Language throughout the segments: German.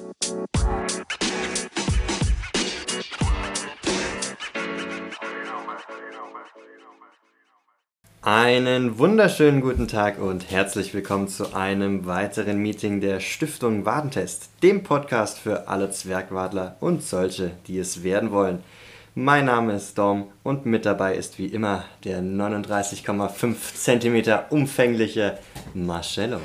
Einen wunderschönen guten Tag und herzlich willkommen zu einem weiteren Meeting der Stiftung Wadentest, dem Podcast für alle Zwergwadler und solche, die es werden wollen. Mein Name ist Dom und mit dabei ist wie immer der 39,5 cm umfängliche Marcello.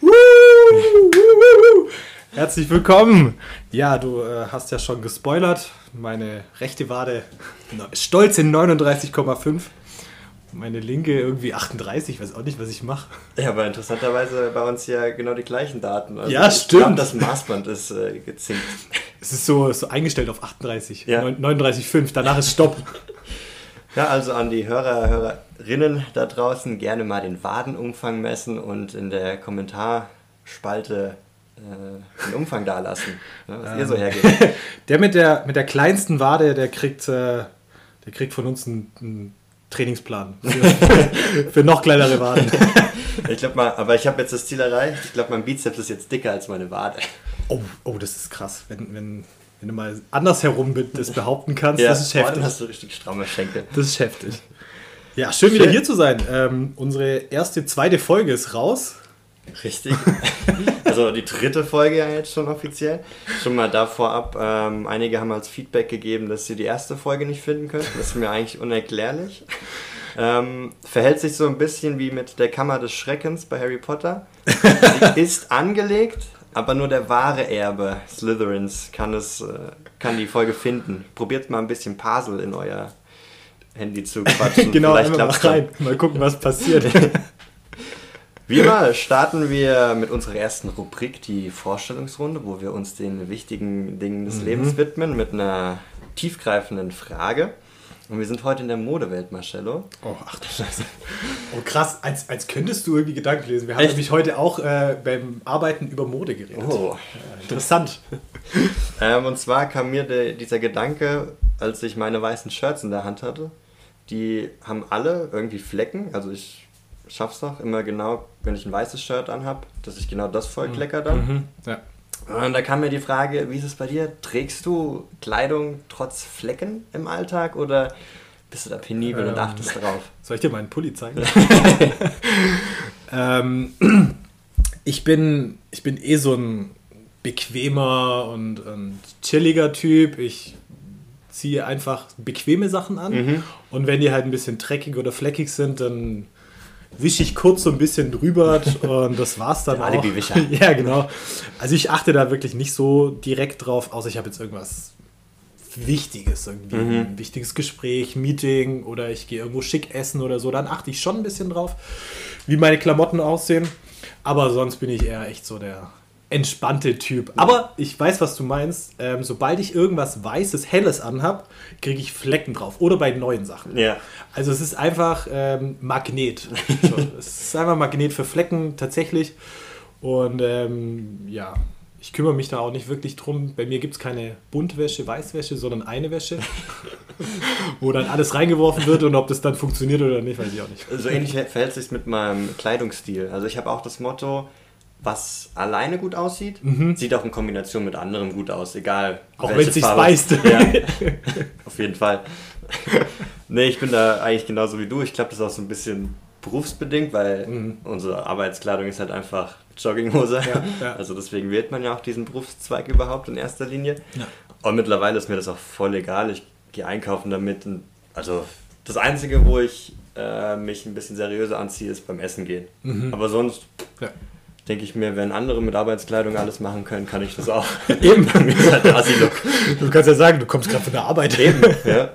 Herzlich willkommen! Ja, du hast ja schon gespoilert. Meine rechte Wade stolze 39,5. Meine linke irgendwie 38, ich weiß auch nicht, was ich mache. Ja, aber interessanterweise bei uns ja genau die gleichen Daten. Also ja, stimmt. Ich glaube, das Maßband ist gezinkt. Es ist so eingestellt auf 38, ja. 39,5, danach ist Stopp. Ja, also an die Hörerinnen da draußen gerne mal den Wadenumfang messen und in der Kommentarspalte den Umfang da lassen, ne, was ihr so hergeht. Der mit der kleinsten Wade, der kriegt von uns einen Trainingsplan für noch kleinere Waden. Ich habe jetzt das Ziel erreicht. Ich glaube, mein Bizeps ist jetzt dicker als meine Wade. Oh, das ist krass. Wenn du mal andersherum das behaupten kannst, ja, das ist heftig. Dann hast du richtig stramme Schenkel. Das ist heftig. Ja, schön wieder hier zu sein. Unsere zweite Folge ist raus. Richtig. Also die dritte Folge ja jetzt schon offiziell. Schon mal da vorab. Einige haben als Feedback gegeben, dass sie die erste Folge nicht finden können. Das ist mir eigentlich unerklärlich. Verhält sich so ein bisschen wie mit der Kammer des Schreckens bei Harry Potter. Sie ist angelegt, aber nur der wahre Erbe Slytherins kann die Folge finden. Probiert mal ein bisschen Puzzle in euer Handy zu quatschen. Genau, vielleicht mal rein. Mal gucken, was passiert. Wie immer starten wir mit unserer ersten Rubrik, die Vorstellungsrunde, wo wir uns den wichtigen Dingen des Lebens widmen, mit einer tiefgreifenden Frage. Und wir sind heute in der Modewelt, Marcello. Oh, ach du Scheiße. Oh krass, als könntest du irgendwie Gedanken lesen. Wir haben nämlich heute auch beim Arbeiten über Mode geredet. Oh. Interessant. Und zwar kam mir dieser Gedanke, als ich meine weißen Shirts in der Hand hatte. Die haben alle irgendwie Flecken, also ich schaff's doch immer genau, wenn ich ein weißes Shirt anhab, dass ich genau das vollklecker dann. Ja. Und da kam mir die Frage, wie ist es bei dir? Trägst du Kleidung trotz Flecken im Alltag oder bist du da penibel und achtest drauf? Soll ich dir meinen Pulli zeigen? Ich bin eh so ein bequemer und chilliger Typ. Ich ziehe einfach bequeme Sachen an und wenn die halt ein bisschen dreckig oder fleckig sind, dann wische ich kurz so ein bisschen drüber und das war's dann auch. Alibi-Wischer. Ja, genau. Also ich achte da wirklich nicht so direkt drauf, außer ich habe jetzt irgendwas Wichtiges, irgendwie ein wichtiges Gespräch, Meeting oder ich gehe irgendwo schick essen oder so, dann achte ich schon ein bisschen drauf, wie meine Klamotten aussehen. Aber sonst bin ich eher echt so der entspannte Typ. Aber ich weiß, was du meinst. Sobald ich irgendwas Weißes, Helles anhab, kriege ich Flecken drauf. Oder bei neuen Sachen. Ja. Also es ist einfach Magnet. Es ist einfach Magnet für Flecken tatsächlich. Und ja, ich kümmere mich da auch nicht wirklich drum. Bei mir gibt es keine Buntwäsche, Weißwäsche, sondern eine Wäsche, wo dann alles reingeworfen wird und ob das dann funktioniert oder nicht, weiß ich auch nicht. So ähnlich verhält es sich mit meinem Kleidungsstil. Also ich habe auch das Motto, was alleine gut aussieht, sieht auch in Kombination mit anderem gut aus, egal. Auch wenn es sich beißt. Ja, auf jeden Fall. Nee, ich bin da eigentlich genauso wie du. Ich glaube, das ist auch so ein bisschen berufsbedingt, weil unsere Arbeitskleidung ist halt einfach Jogginghose. Ja. Also deswegen wählt man ja auch diesen Berufszweig überhaupt in erster Linie. Ja. Und mittlerweile ist mir das auch voll egal. Ich gehe einkaufen damit. Also das Einzige, wo ich mich ein bisschen seriöser anziehe, ist beim Essen gehen. Aber sonst... Ja. Denke ich mir, wenn andere mit Arbeitskleidung alles machen können, kann ich das auch. Eben. Bei mir ist halt der Assi-Look. Du kannst ja sagen, du kommst gerade von der Arbeit. Eben, ja.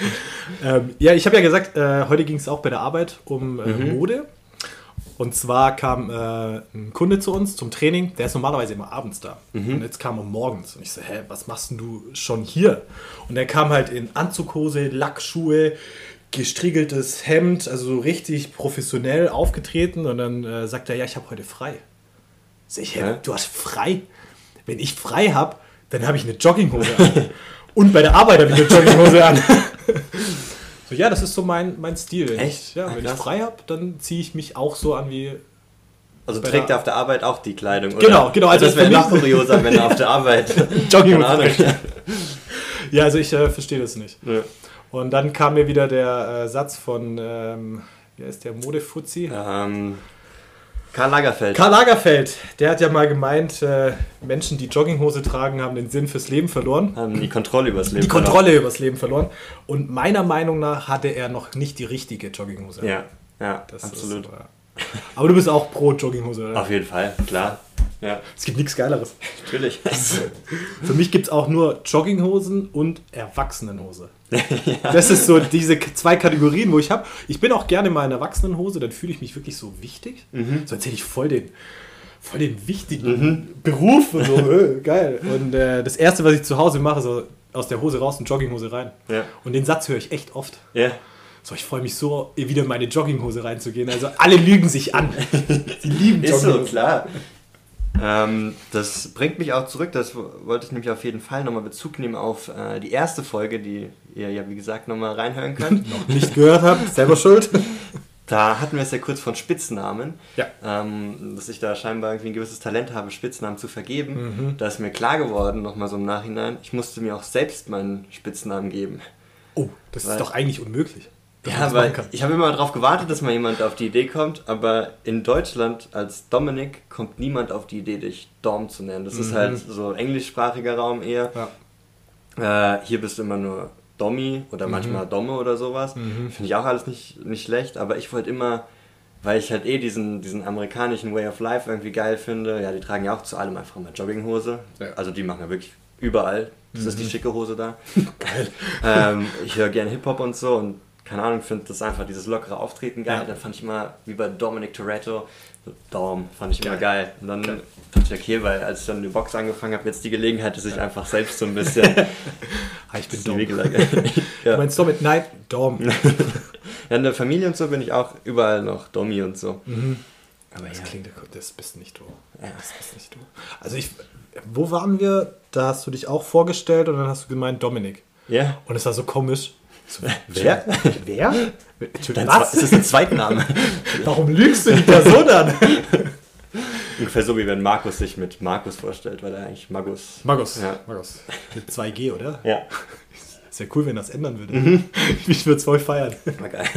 Ja, ich habe ja gesagt, heute ging es auch bei der Arbeit um Mode. Und zwar kam ein Kunde zu uns zum Training, der ist normalerweise immer abends da. Und jetzt kam er morgens. Und ich so, was machst denn du schon hier? Und er kam halt in Anzughose, Lackschuhe, gestriegeltes Hemd, also so richtig professionell aufgetreten. Und dann sagt er, ja, ich habe heute frei. Sag ich, du hast frei? Wenn ich frei habe, dann habe ich eine Jogginghose an. Und bei der Arbeit habe ich eine Jogginghose an. So, ja, das ist so mein Stil. Echt? Wenn ich frei habe, dann ziehe ich mich auch so an wie Also trägt er auf der Arbeit auch die Kleidung, oder? Genau. Also das wäre noch kurioser, wenn er auf der Arbeit Jogginghose trägt. Ja, also ich verstehe das nicht. Ja. Und dann kam mir wieder der Satz von, wie heißt der, Modefuzzi? Karl Lagerfeld. Karl Lagerfeld, der hat ja mal gemeint, Menschen, die Jogginghose tragen, haben den Sinn fürs Leben verloren. Haben die Kontrolle übers Leben verloren. Die Kontrolle übers Leben verloren. Und meiner Meinung nach hatte er noch nicht die richtige Jogginghose. Ja, das absolut. Ist, aber du bist auch pro Jogginghose, oder? Auf jeden Fall, klar. Ja. Es gibt nichts Geileres. Natürlich. Für mich gibt es auch nur Jogginghosen und Erwachsenenhose. Ja. Das ist so diese 2 Kategorien, wo ich habe. Ich bin auch gerne mal in Erwachsenenhose, dann fühle ich mich wirklich so wichtig. So erzähle ich voll den wichtigen Beruf und so. Geil. Und das Erste, was ich zu Hause mache, so aus der Hose raus und Jogginghose rein. Ja. Und den Satz höre ich echt oft. Ja. So, ich freue mich so, wieder in meine Jogginghose reinzugehen. Also alle lügen sich an. Sie lieben Jogginghose. Ist so, klar. Das bringt mich auch zurück, das wollte ich nämlich auf jeden Fall nochmal Bezug nehmen auf die erste Folge, die ihr ja wie gesagt nochmal reinhören könnt. Noch nicht gehört habt, selber schuld. Da hatten wir es ja kurz von Spitznamen, ja. Dass ich da scheinbar irgendwie ein gewisses Talent habe, Spitznamen zu vergeben. Da ist mir klar geworden, nochmal so im Nachhinein, ich musste mir auch selbst meinen Spitznamen geben. Oh, das ist doch eigentlich unmöglich. Ja, weil ich habe immer darauf gewartet, dass mal jemand auf die Idee kommt, aber in Deutschland als Dominik kommt niemand auf die Idee, dich Dom zu nennen. Das ist halt so englischsprachiger Raum eher. Ja. Hier bist du immer nur Domi oder manchmal Domme oder sowas. Finde ich auch alles nicht schlecht, aber ich wollte immer, weil ich halt diesen amerikanischen Way of Life irgendwie geil finde, ja, die tragen ja auch zu allem einfach mal Jogginghose. Ja. Also die machen ja wirklich überall. Das ist die schicke Hose da. Geil. Ich höre gerne Hip-Hop und so und keine Ahnung, finde das einfach dieses lockere Auftreten geil. Ja. Dann fand ich immer, wie bei Dominic Toretto, Dom, fand ich immer geil. Und dann dachte ich, okay, weil als ich dann die Box angefangen habe, jetzt die Gelegenheit, dass ich einfach selbst so ein bisschen... ich bin Dom. Ja. Du meinst Dom? Nein, Dom. Ja, in der Familie und so bin ich auch überall noch Domi und so. Aber das klingt, das bist nicht du. Ja. Das bist nicht du. Also wo waren wir? Da hast du dich auch vorgestellt und dann hast du gemeint Dominik. Ja. Und es war so komisch. So, wer? Was? Ist das ein Zweitname? Warum lügst du die Person an? Ungefähr so, wie wenn Markus sich mit Markus vorstellt, weil er eigentlich Magus. Ja. Magus. Mit 2G, oder? Ja. Ist ja cool, wenn das ändern würde. Ich würde es voll feiern. War geil.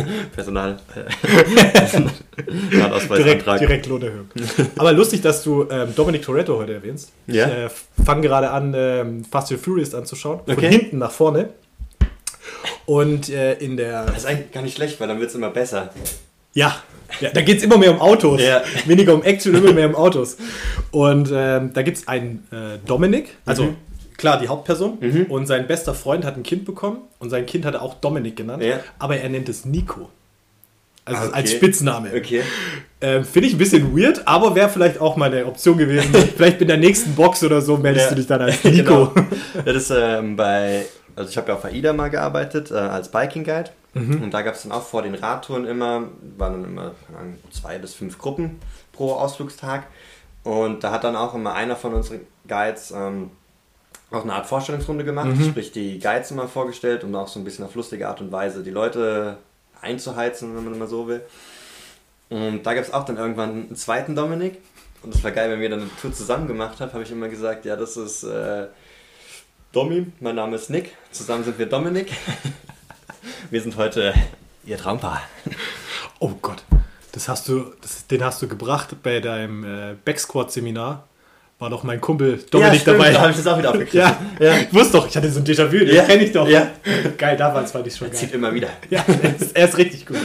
Personalausweisantrag. Direkt Lohnerhöhung. Aber lustig, dass du Dominic Toretto heute erwähnst. Ja? Ich fange gerade an, Fast and Furious anzuschauen. Von hinten nach vorne. Und in der... Das ist eigentlich gar nicht schlecht, weil dann wird es immer besser. Ja, da geht es immer mehr um Autos. Ja. Weniger um Action, immer mehr um Autos. Und da gibt es einen Dominik, also klar, die Hauptperson. Und sein bester Freund hat ein Kind bekommen. Und sein Kind hat er auch Dominik genannt. Ja. Aber er nennt es Nico. Also als Spitzname. Okay. Finde ich ein bisschen weird, aber wäre vielleicht auch mal eine Option gewesen. Vielleicht in der nächsten Box oder so meldest du dich dann als Nico. Genau. Das ist also ich habe ja auf AIDA mal gearbeitet, als Biking Guide. Und da gab es dann auch vor den Radtouren waren dann immer 2 bis 5 Gruppen pro Ausflugstag. Und da hat dann auch immer einer von unseren Guides auch eine Art Vorstellungsrunde gemacht. Sprich, die Guides immer vorgestellt, um auch so ein bisschen auf lustige Art und Weise die Leute einzuheizen, wenn man immer so will. Und da gab es auch dann irgendwann einen zweiten Dominik. Und das war geil, wenn wir dann eine Tour zusammen gemacht haben, habe ich immer gesagt, ja, das ist Domi, mein Name ist Nick, zusammen sind wir Dominik. Wir sind heute ihr Traumpaar. Oh Gott, den hast du gebracht bei deinem Backsquat-Seminar. War doch mein Kumpel Dominik dabei. Da habe ich das auch wieder aufgekriegt. Ja. Ich wusste doch, ich hatte so ein Déjà-vu, den kenne ich doch. Ja. Geil, damals fand ich schon geil. Zieht immer wieder. Ja, er ist richtig gut.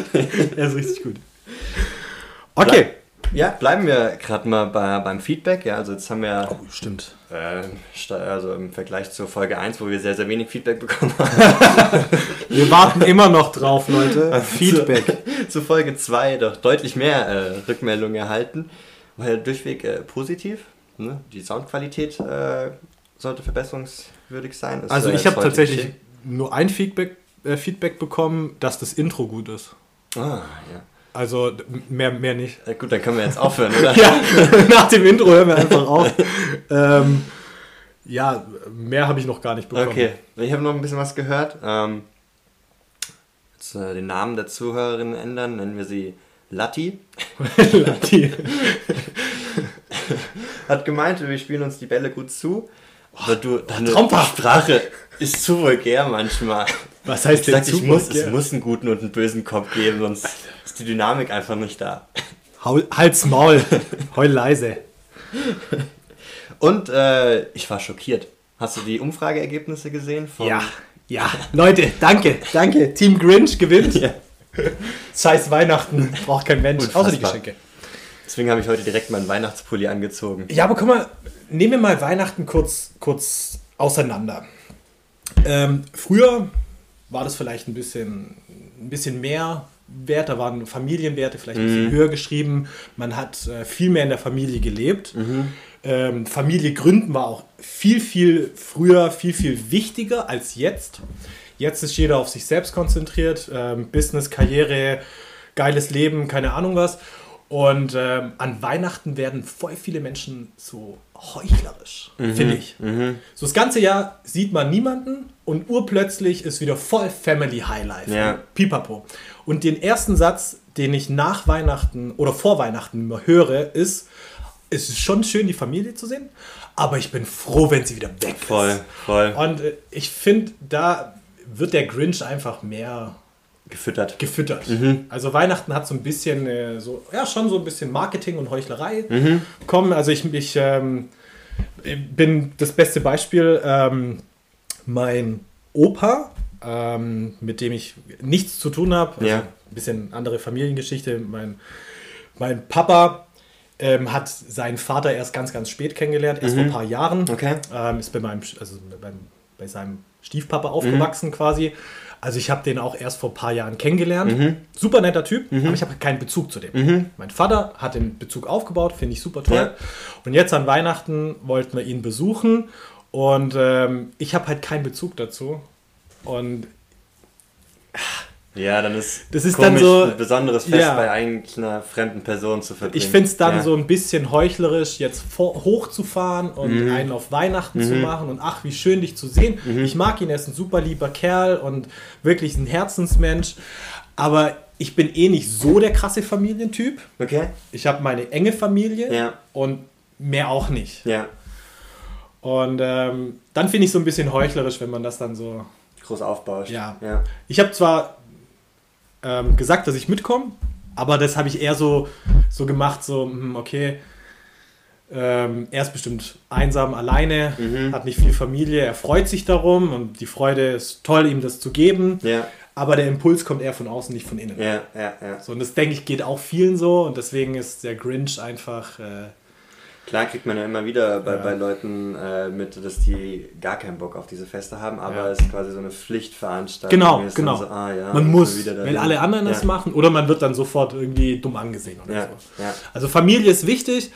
Okay. Bleiben wir gerade mal beim Feedback. Ja, also jetzt haben wir... Oh, stimmt. Also im Vergleich zur Folge 1, wo wir sehr, sehr wenig Feedback bekommen haben. Wir warten immer noch drauf, Leute. Also Feedback. Zu Folge 2 doch deutlich mehr Rückmeldungen erhalten. Weil durchweg positiv. Ne? Die Soundqualität sollte verbesserungswürdig sein. Also ich habe tatsächlich nur ein Feedback bekommen, dass das Intro gut ist. Ah, ja. Also mehr nicht. Ja, gut, dann können wir jetzt aufhören, oder? Ja, nach dem Intro hören wir einfach auf. Mehr habe ich noch gar nicht bekommen. Okay, ich habe noch ein bisschen was gehört. Jetzt den Namen der Zuhörerin ändern, nennen wir sie Latti. Latti. hat gemeint, wir spielen uns die Bälle gut zu. Aber deine Sprache ist zu vulgär manchmal. Was heißt denn zu vulgär? Es muss einen guten und einen bösen Kopf geben, sonst ist die Dynamik einfach nicht da. Halt's Maul, heul leise. Und ich war schockiert. Hast du die Umfrageergebnisse gesehen? Ja, Leute, danke. Team Grinch gewinnt. Ja. Scheiß Weihnachten, braucht kein Mensch, außer die Geschenke. Deswegen habe ich heute direkt meinen Weihnachtspulli angezogen. Ja, aber guck mal, nehmen wir mal Weihnachten kurz auseinander. Früher war das vielleicht ein bisschen mehr Wert, da waren Familienwerte vielleicht ein bisschen höher geschrieben. Man hat viel mehr in der Familie gelebt. Familie gründen war auch viel früher, viel wichtiger als jetzt. Jetzt ist jeder auf sich selbst konzentriert. Business, Karriere, geiles Leben, keine Ahnung was. Und an Weihnachten werden voll viele Menschen so heuchlerisch, finde ich. So das ganze Jahr sieht man niemanden und urplötzlich ist wieder voll Family Highlife. Ja. Pipapo. Und den ersten Satz, den ich nach Weihnachten oder vor Weihnachten immer höre, ist, es ist schon schön, die Familie zu sehen, aber ich bin froh, wenn sie wieder weg ist. Voll. Und ich finde, da wird der Grinch einfach mehr gefüttert. Also Weihnachten hat so ein bisschen schon so ein bisschen Marketing und Heuchlerei kommen. Also ich bin das beste Beispiel. Mein Opa, mit dem ich nichts zu tun habe, also ein bisschen andere Familiengeschichte. Mein Papa hat seinen Vater erst ganz spät kennengelernt, erst vor ein paar Jahren. Okay. Ist bei seinem Stiefpapa aufgewachsen quasi. Also ich habe den auch erst vor ein paar Jahren kennengelernt. Super netter Typ, aber ich habe keinen Bezug zu dem. Mein Vater hat den Bezug aufgebaut, finde ich super toll. Ja. Und jetzt an Weihnachten wollten wir ihn besuchen und ich habe halt keinen Bezug dazu. Und ja, dann ist das ist komisch, dann so ein besonderes Fest bei eigentlich einer fremden Person zu verbringen. Ich finde es dann so ein bisschen heuchlerisch, jetzt hochzufahren und einen auf Weihnachten zu machen und ach, wie schön dich zu sehen. Ich mag ihn, er ist ein super lieber Kerl und wirklich ein Herzensmensch, aber ich bin nicht so der krasse Familientyp. Okay. Ich habe meine enge Familie und mehr auch nicht. Ja. Und dann finde ich es so ein bisschen heuchlerisch, wenn man das dann so groß aufbaut. Ja. Ich habe zwar gesagt, dass ich mitkomme, aber das habe ich eher so gemacht, okay, er ist bestimmt einsam, alleine, hat nicht viel Familie, er freut sich darum und die Freude ist toll, ihm das zu geben, aber der Impuls kommt eher von außen, nicht von innen. Ja. So, und das, denke ich, geht auch vielen so und deswegen ist der Grinch einfach... Klar kriegt man ja immer wieder bei Leuten mit, dass die gar keinen Bock auf diese Feste haben, aber es ist quasi so eine Pflichtveranstaltung. Genau. So, man muss, wenn alle anderen das machen, oder man wird dann sofort irgendwie dumm angesehen oder so. Ja. Also Familie ist wichtig,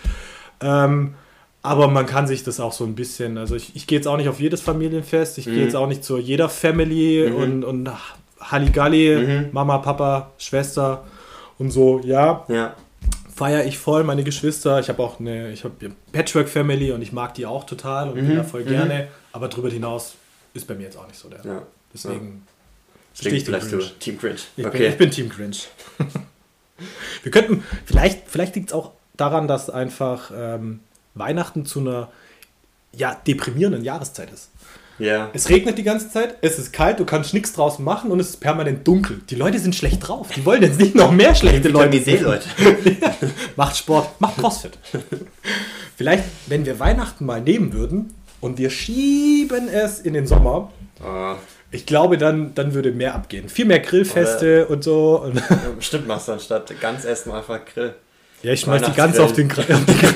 aber man kann sich das auch so ein bisschen, also ich gehe jetzt auch nicht auf jedes Familienfest, ich gehe jetzt auch nicht zu jeder Family und Halligalli, Mama, Papa, Schwester und so, ja. Feiere ich voll, meine Geschwister. Ich habe auch eine Patchwork-Family und ich mag die auch total und bin da voll gerne. Aber darüber hinaus ist bei mir jetzt auch nicht so der. Ja. Deswegen stehe ich Team Grinch. Ich bin Team Grinch. Wir könnten, vielleicht liegt es auch daran, dass einfach Weihnachten zu einer deprimierenden Jahreszeit ist. Ja. Es regnet die ganze Zeit, es ist kalt, du kannst nichts draus machen und es ist permanent dunkel. Die Leute sind schlecht drauf. Die wollen jetzt nicht noch mehr schlechte Leute sehen. Leute. Macht Sport, macht CrossFit. Vielleicht, wenn wir Weihnachten mal nehmen würden und wir schieben es in den Sommer, ich glaube, dann würde mehr abgehen. Viel mehr Grillfeste und so. Und bestimmt machst du anstatt ganz essen einfach Grill. Ja, ich schmeiß die ganz auf den Grill.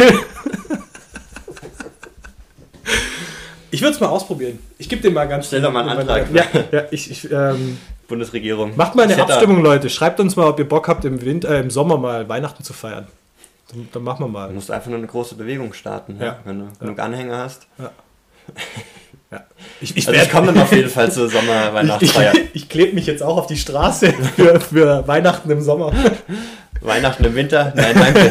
Ich würde es mal ausprobieren. Ich gebe dem mal ganz schnell mal einen Antrag. Bundesregierung. Macht mal eine Abstimmung, Leute. Schreibt uns mal, ob ihr Bock habt, im Sommer mal Weihnachten zu feiern. Dann machen wir mal. Du musst einfach nur eine große Bewegung starten, wenn du genug Anhänger hast. Ja. Ich komme dann auf jeden Fall zur Sommer-Weihnachtsfeier. Ich klebe mich jetzt auch auf die Straße für Weihnachten im Sommer. Weihnachten im Winter? Nein, danke.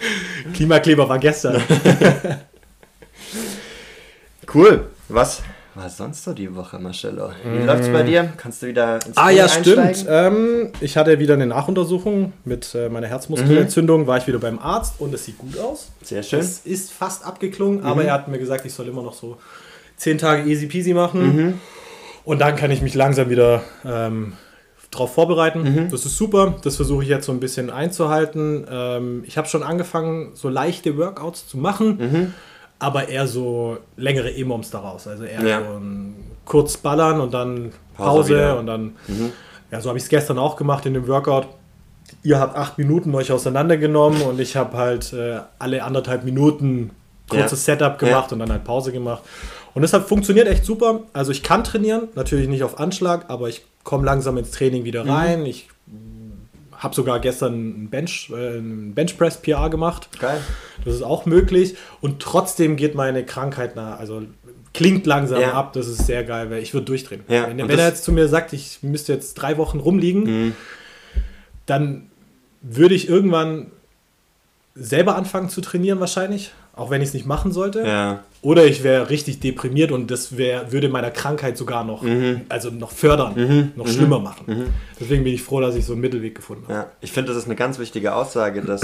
Klimakleber war gestern. Cool. Was Was sonst so die Woche, Marcello? Wie läuft's bei dir? Kannst du wieder ins Training einsteigen? Stimmt. Ich hatte wieder eine Nachuntersuchung mit meiner Herzmuskelentzündung, war ich wieder beim Arzt und es sieht gut aus. Sehr schön. Es ist fast abgeklungen, aber er hat mir gesagt, ich soll immer noch so 10 Tage easy peasy machen und dann kann ich mich langsam wieder drauf vorbereiten. Das ist super, das versuche ich jetzt so ein bisschen einzuhalten. Ich habe schon angefangen, so leichte Workouts zu machen. Aber eher so längere E-Moms daraus. Also eher so ein kurz ballern und dann Pause und dann, ja, so habe ich es gestern auch gemacht in dem Workout. Ihr habt 8 Minuten euch auseinandergenommen und ich habe halt alle 1,5 Minuten kurzes Setup gemacht und dann halt Pause gemacht. Und deshalb funktioniert echt super. Also ich kann trainieren, natürlich nicht auf Anschlag, aber ich komme langsam ins Training wieder rein. Ich habe sogar gestern einen Benchpress PR gemacht. Geil. Das ist auch möglich. Und trotzdem geht meine Krankheit klingt langsam ab. Das ist sehr geil, weil ich würde durchdrehen. Ja. Wenn er jetzt zu mir sagt, ich müsste jetzt 3 Wochen rumliegen, dann würde ich irgendwann selber anfangen zu trainieren wahrscheinlich. Auch wenn ich es nicht machen sollte. Ja. Oder ich wäre richtig deprimiert und das würde meiner Krankheit sogar noch, noch fördern, noch schlimmer machen. Deswegen bin ich froh, dass ich so einen Mittelweg gefunden habe. Ja. Ich finde, das ist eine ganz wichtige Aussage, dass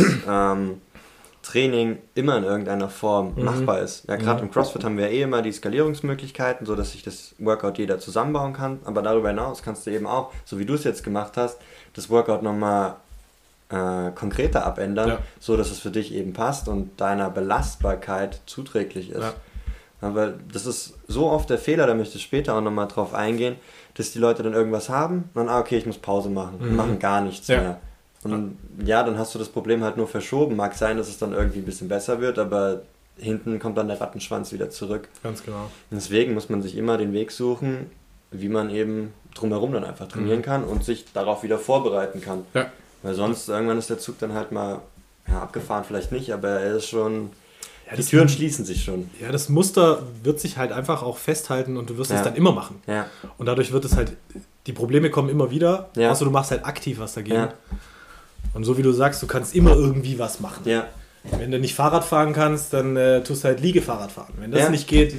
Training immer in irgendeiner Form machbar ist. Ja, gerade im CrossFit haben wir immer die Skalierungsmöglichkeiten, sodass sich das Workout jeder zusammenbauen kann. Aber darüber hinaus kannst du eben auch, so wie du es jetzt gemacht hast, das Workout nochmal konkreter abändern, so dass es für dich eben passt und deiner Belastbarkeit zuträglich ist. Ja. Aber das ist so oft der Fehler, da möchte ich später auch nochmal drauf eingehen, dass die Leute dann irgendwas haben und dann, okay, ich muss Pause machen und machen gar nichts mehr. Und dann hast du das Problem halt nur verschoben. Mag sein, dass es dann irgendwie ein bisschen besser wird, aber hinten kommt dann der Rattenschwanz wieder zurück. Ganz genau. Und deswegen muss man sich immer den Weg suchen, wie man eben drumherum dann einfach trainieren kann und sich darauf wieder vorbereiten kann. Ja. Weil sonst irgendwann ist der Zug dann halt mal abgefahren, vielleicht nicht, aber er ist schon, die Türen schließen sich schon. Ja, das Muster wird sich halt einfach auch festhalten und du wirst es dann immer machen. Ja. Und dadurch wird es halt, die Probleme kommen immer wieder, außer du machst halt aktiv was dagegen. Ja. Und so wie du sagst, du kannst immer irgendwie was machen. Ja. Wenn du nicht Fahrrad fahren kannst, dann tust du halt Liegefahrrad fahren. Wenn das nicht geht,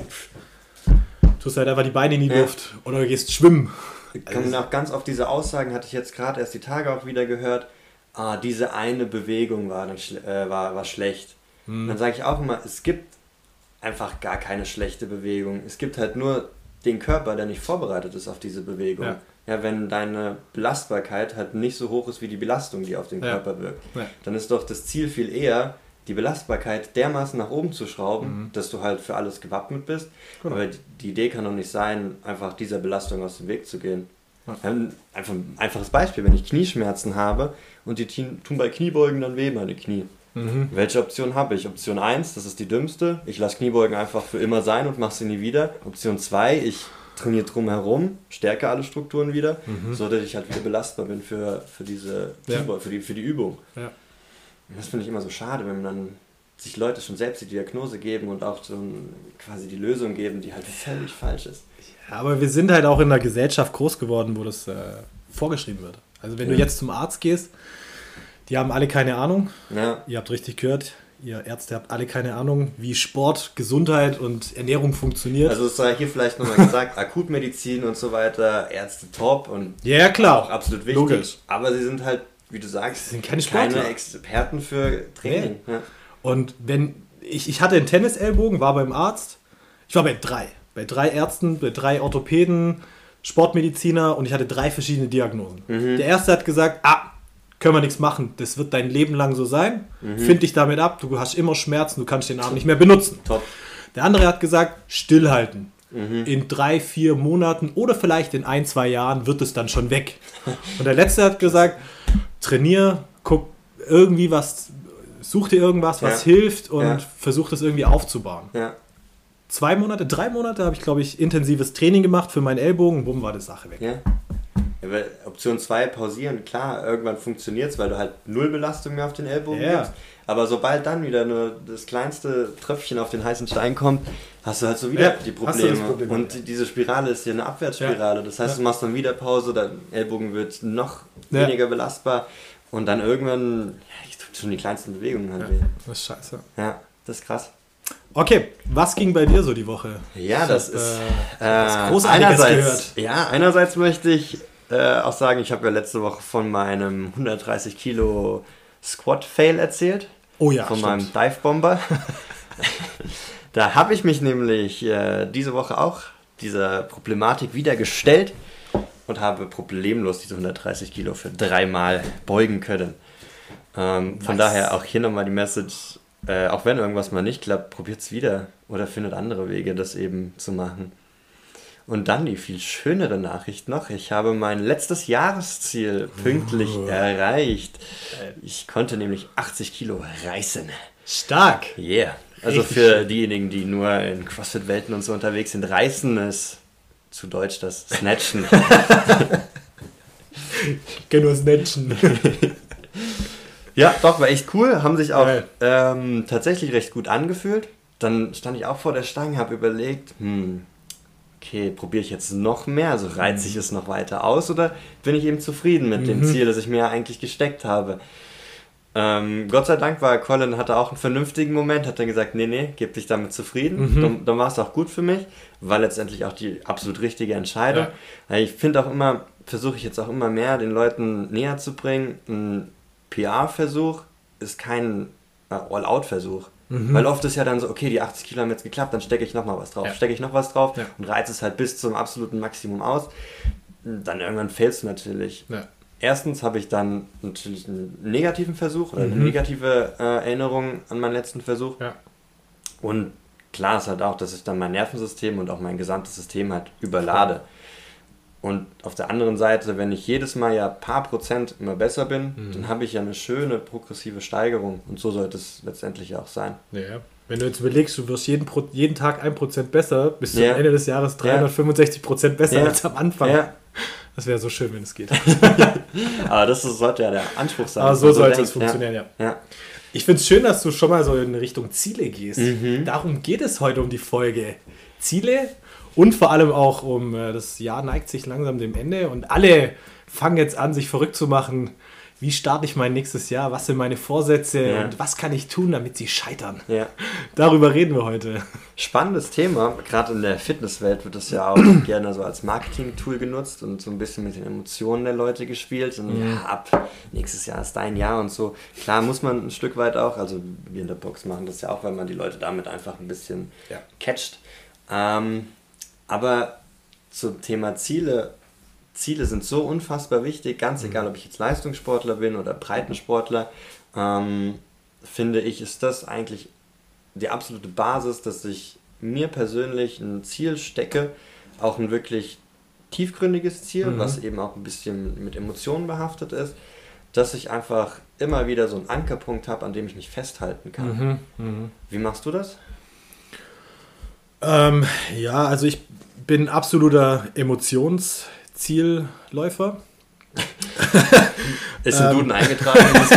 tust du halt einfach die Beine in die Luft oder du gehst schwimmen. Kommen auch ganz oft diese Aussagen, hatte ich jetzt gerade erst die Tage auch wieder gehört, diese eine Bewegung war schlecht. Dann sage ich auch immer, es gibt einfach gar keine schlechte Bewegung. Es gibt halt nur den Körper, der nicht vorbereitet ist auf diese Bewegung. Ja, wenn deine Belastbarkeit halt nicht so hoch ist wie die Belastung, die auf den Körper wirkt, dann ist doch das Ziel viel eher, die Belastbarkeit dermaßen nach oben zu schrauben, dass du halt für alles gewappnet bist. Genau. Aber die Idee kann doch nicht sein, einfach dieser Belastung aus dem Weg zu gehen. Einfach ein einfaches Beispiel, wenn ich Knieschmerzen habe und die tun bei Kniebeugen dann weh, meine Knie. Welche Option habe ich? Option 1, das ist die dümmste, ich lasse Kniebeugen einfach für immer sein und mache sie nie wieder. Option 2, ich trainiere drumherum, stärke alle Strukturen wieder, so dass ich halt wieder belastbar bin für diese für die Übung. Ja. Und das finde ich immer so schade, wenn dann sich Leute schon selbst die Diagnose geben und auch so quasi die Lösung geben, die halt völlig falsch ist. Ja, aber wir sind halt auch in einer Gesellschaft groß geworden, wo das vorgeschrieben wird. Also wenn du jetzt zum Arzt gehst, die haben alle keine Ahnung. Ja. Ihr habt richtig gehört, ihr Ärzte habt alle keine Ahnung, wie Sport, Gesundheit und Ernährung funktioniert. Also es sei hier vielleicht nochmal gesagt, Akutmedizin und so weiter, Ärzte top und klar. Auch absolut wichtig. Logisch. Aber sie sind halt, wie du sagst, sind keine Experten für Training. Nee. Ja. Und wenn ich hatte einen Tennisellbogen, war beim Arzt, ich war bei 3 Ärzten, bei 3 Orthopäden, Sportmediziner und ich hatte 3 verschiedene Diagnosen. Der erste hat gesagt, können wir nichts machen, das wird dein Leben lang so sein, find dich damit ab, du hast immer Schmerzen, du kannst den Arm nicht mehr benutzen. Top. Der andere hat gesagt, stillhalten. In 3-4 Monaten oder vielleicht in 1-2 Jahren wird es dann schon weg. Und der letzte hat gesagt, trainier, guck irgendwie was, such dir irgendwas, was hilft und versuch das irgendwie aufzubauen. Ja. 3 Monate habe ich, glaube ich, intensives Training gemacht für meinen Ellbogen, bumm, war die Sache weg. Ja. Ja, Option 2, pausieren, klar, irgendwann funktioniert es, weil du halt null Belastung mehr auf den Ellbogen gibst. Aber sobald dann wieder nur das kleinste Tröpfchen auf den heißen Stein kommt, hast du halt so wieder die Probleme. Und diese Spirale ist ja eine Abwärtsspirale. Das heißt, du machst dann wieder Pause, dein Ellbogen wird noch weniger belastbar und dann irgendwann, ich tue schon die kleinsten Bewegungen halt weh. Das ist scheiße. Ja, das ist krass. Okay, was ging bei dir so die Woche? Ja, das ist einerseits möchte ich auch sagen, ich habe ja letzte Woche von meinem 130 Kilo Squat-Fail erzählt. Oh ja, von meinem Dive-Bomber. Da habe ich mich nämlich diese Woche auch dieser Problematik wieder gestellt und habe problemlos diese 130 Kilo für 3 Mal beugen können. Von daher auch hier nochmal die Message, auch wenn irgendwas mal nicht klappt, probiert es wieder oder findet andere Wege, das eben zu machen. Und dann die viel schönere Nachricht noch, ich habe mein letztes Jahresziel pünktlich erreicht. Ich konnte nämlich 80 Kilo reißen. Stark! Yeah. Also für diejenigen, die nur in CrossFit-Welten und so unterwegs sind, reißen ist zu Deutsch das Snatchen. Ich kann nur Snatchen. Ja, doch, war echt cool. Haben sich auch tatsächlich recht gut angefühlt. Dann stand ich auch vor der Stange, habe überlegt, okay, probiere ich jetzt noch mehr? Also reize ich es noch weiter aus oder bin ich eben zufrieden mit dem Ziel, das ich mir eigentlich gesteckt habe? Gott sei Dank war Colin, hatte auch einen vernünftigen Moment, hat dann gesagt, nee, gib dich damit zufrieden. Dann war es auch gut für mich, war letztendlich auch die absolut richtige Entscheidung. Ja. Ich finde auch immer, versuche ich jetzt auch immer mehr den Leuten näher zu bringen, ein PR-Versuch ist kein All-Out-Versuch. Weil oft ist ja dann so, okay, die 80 Kilo haben jetzt geklappt, dann stecke ich noch mal was drauf. Und reize es halt bis zum absoluten Maximum aus. Dann irgendwann failst du natürlich. Ja. Erstens habe ich dann natürlich einen negativen Versuch oder eine negative Erinnerung an meinen letzten Versuch. Ja. Und klar ist halt auch, dass ich dann mein Nervensystem und auch mein gesamtes System halt überlade. Und auf der anderen Seite, wenn ich jedes Mal ja paar Prozent immer besser bin, dann habe ich ja eine schöne progressive Steigerung. Und so sollte es letztendlich auch sein. Ja. Wenn du jetzt überlegst, du wirst jeden Tag 1% besser, bis zum Ende des Jahres 365% besser als am Anfang. Ja. Das wäre so schön, wenn es geht. Aber das sollte ja der Anspruch sein. Aber so sollte es funktionieren, ja. Ich finde es schön, dass du schon mal so in Richtung Ziele gehst. Darum geht es heute um die Folge. Ziele und vor allem auch um, das Jahr neigt sich langsam dem Ende und alle fangen jetzt an, sich verrückt zu machen. Wie starte ich mein nächstes Jahr? Was sind meine Vorsätze? Und was kann ich tun, damit sie scheitern? Ja. Darüber reden wir heute. Spannendes Thema. Gerade in der Fitnesswelt wird das ja auch gerne so als Marketing-Tool genutzt und so ein bisschen mit den Emotionen der Leute gespielt. Und ab nächstes Jahr ist dein Jahr und so. Klar muss man ein Stück weit auch, also wir in der Box machen das ja auch, weil man die Leute damit einfach ein bisschen catcht. Aber zum Thema Ziele sind so unfassbar wichtig, ganz egal, ob ich jetzt Leistungssportler bin oder Breitensportler, finde ich, ist das eigentlich die absolute Basis, dass ich mir persönlich ein Ziel stecke, auch ein wirklich tiefgründiges Ziel, was eben auch ein bisschen mit Emotionen behaftet ist, dass ich einfach immer wieder so einen Ankerpunkt habe, an dem ich mich festhalten kann. Wie machst du das? Also ich bin absoluter Zielläufer. Ist im Duden eingetragen, das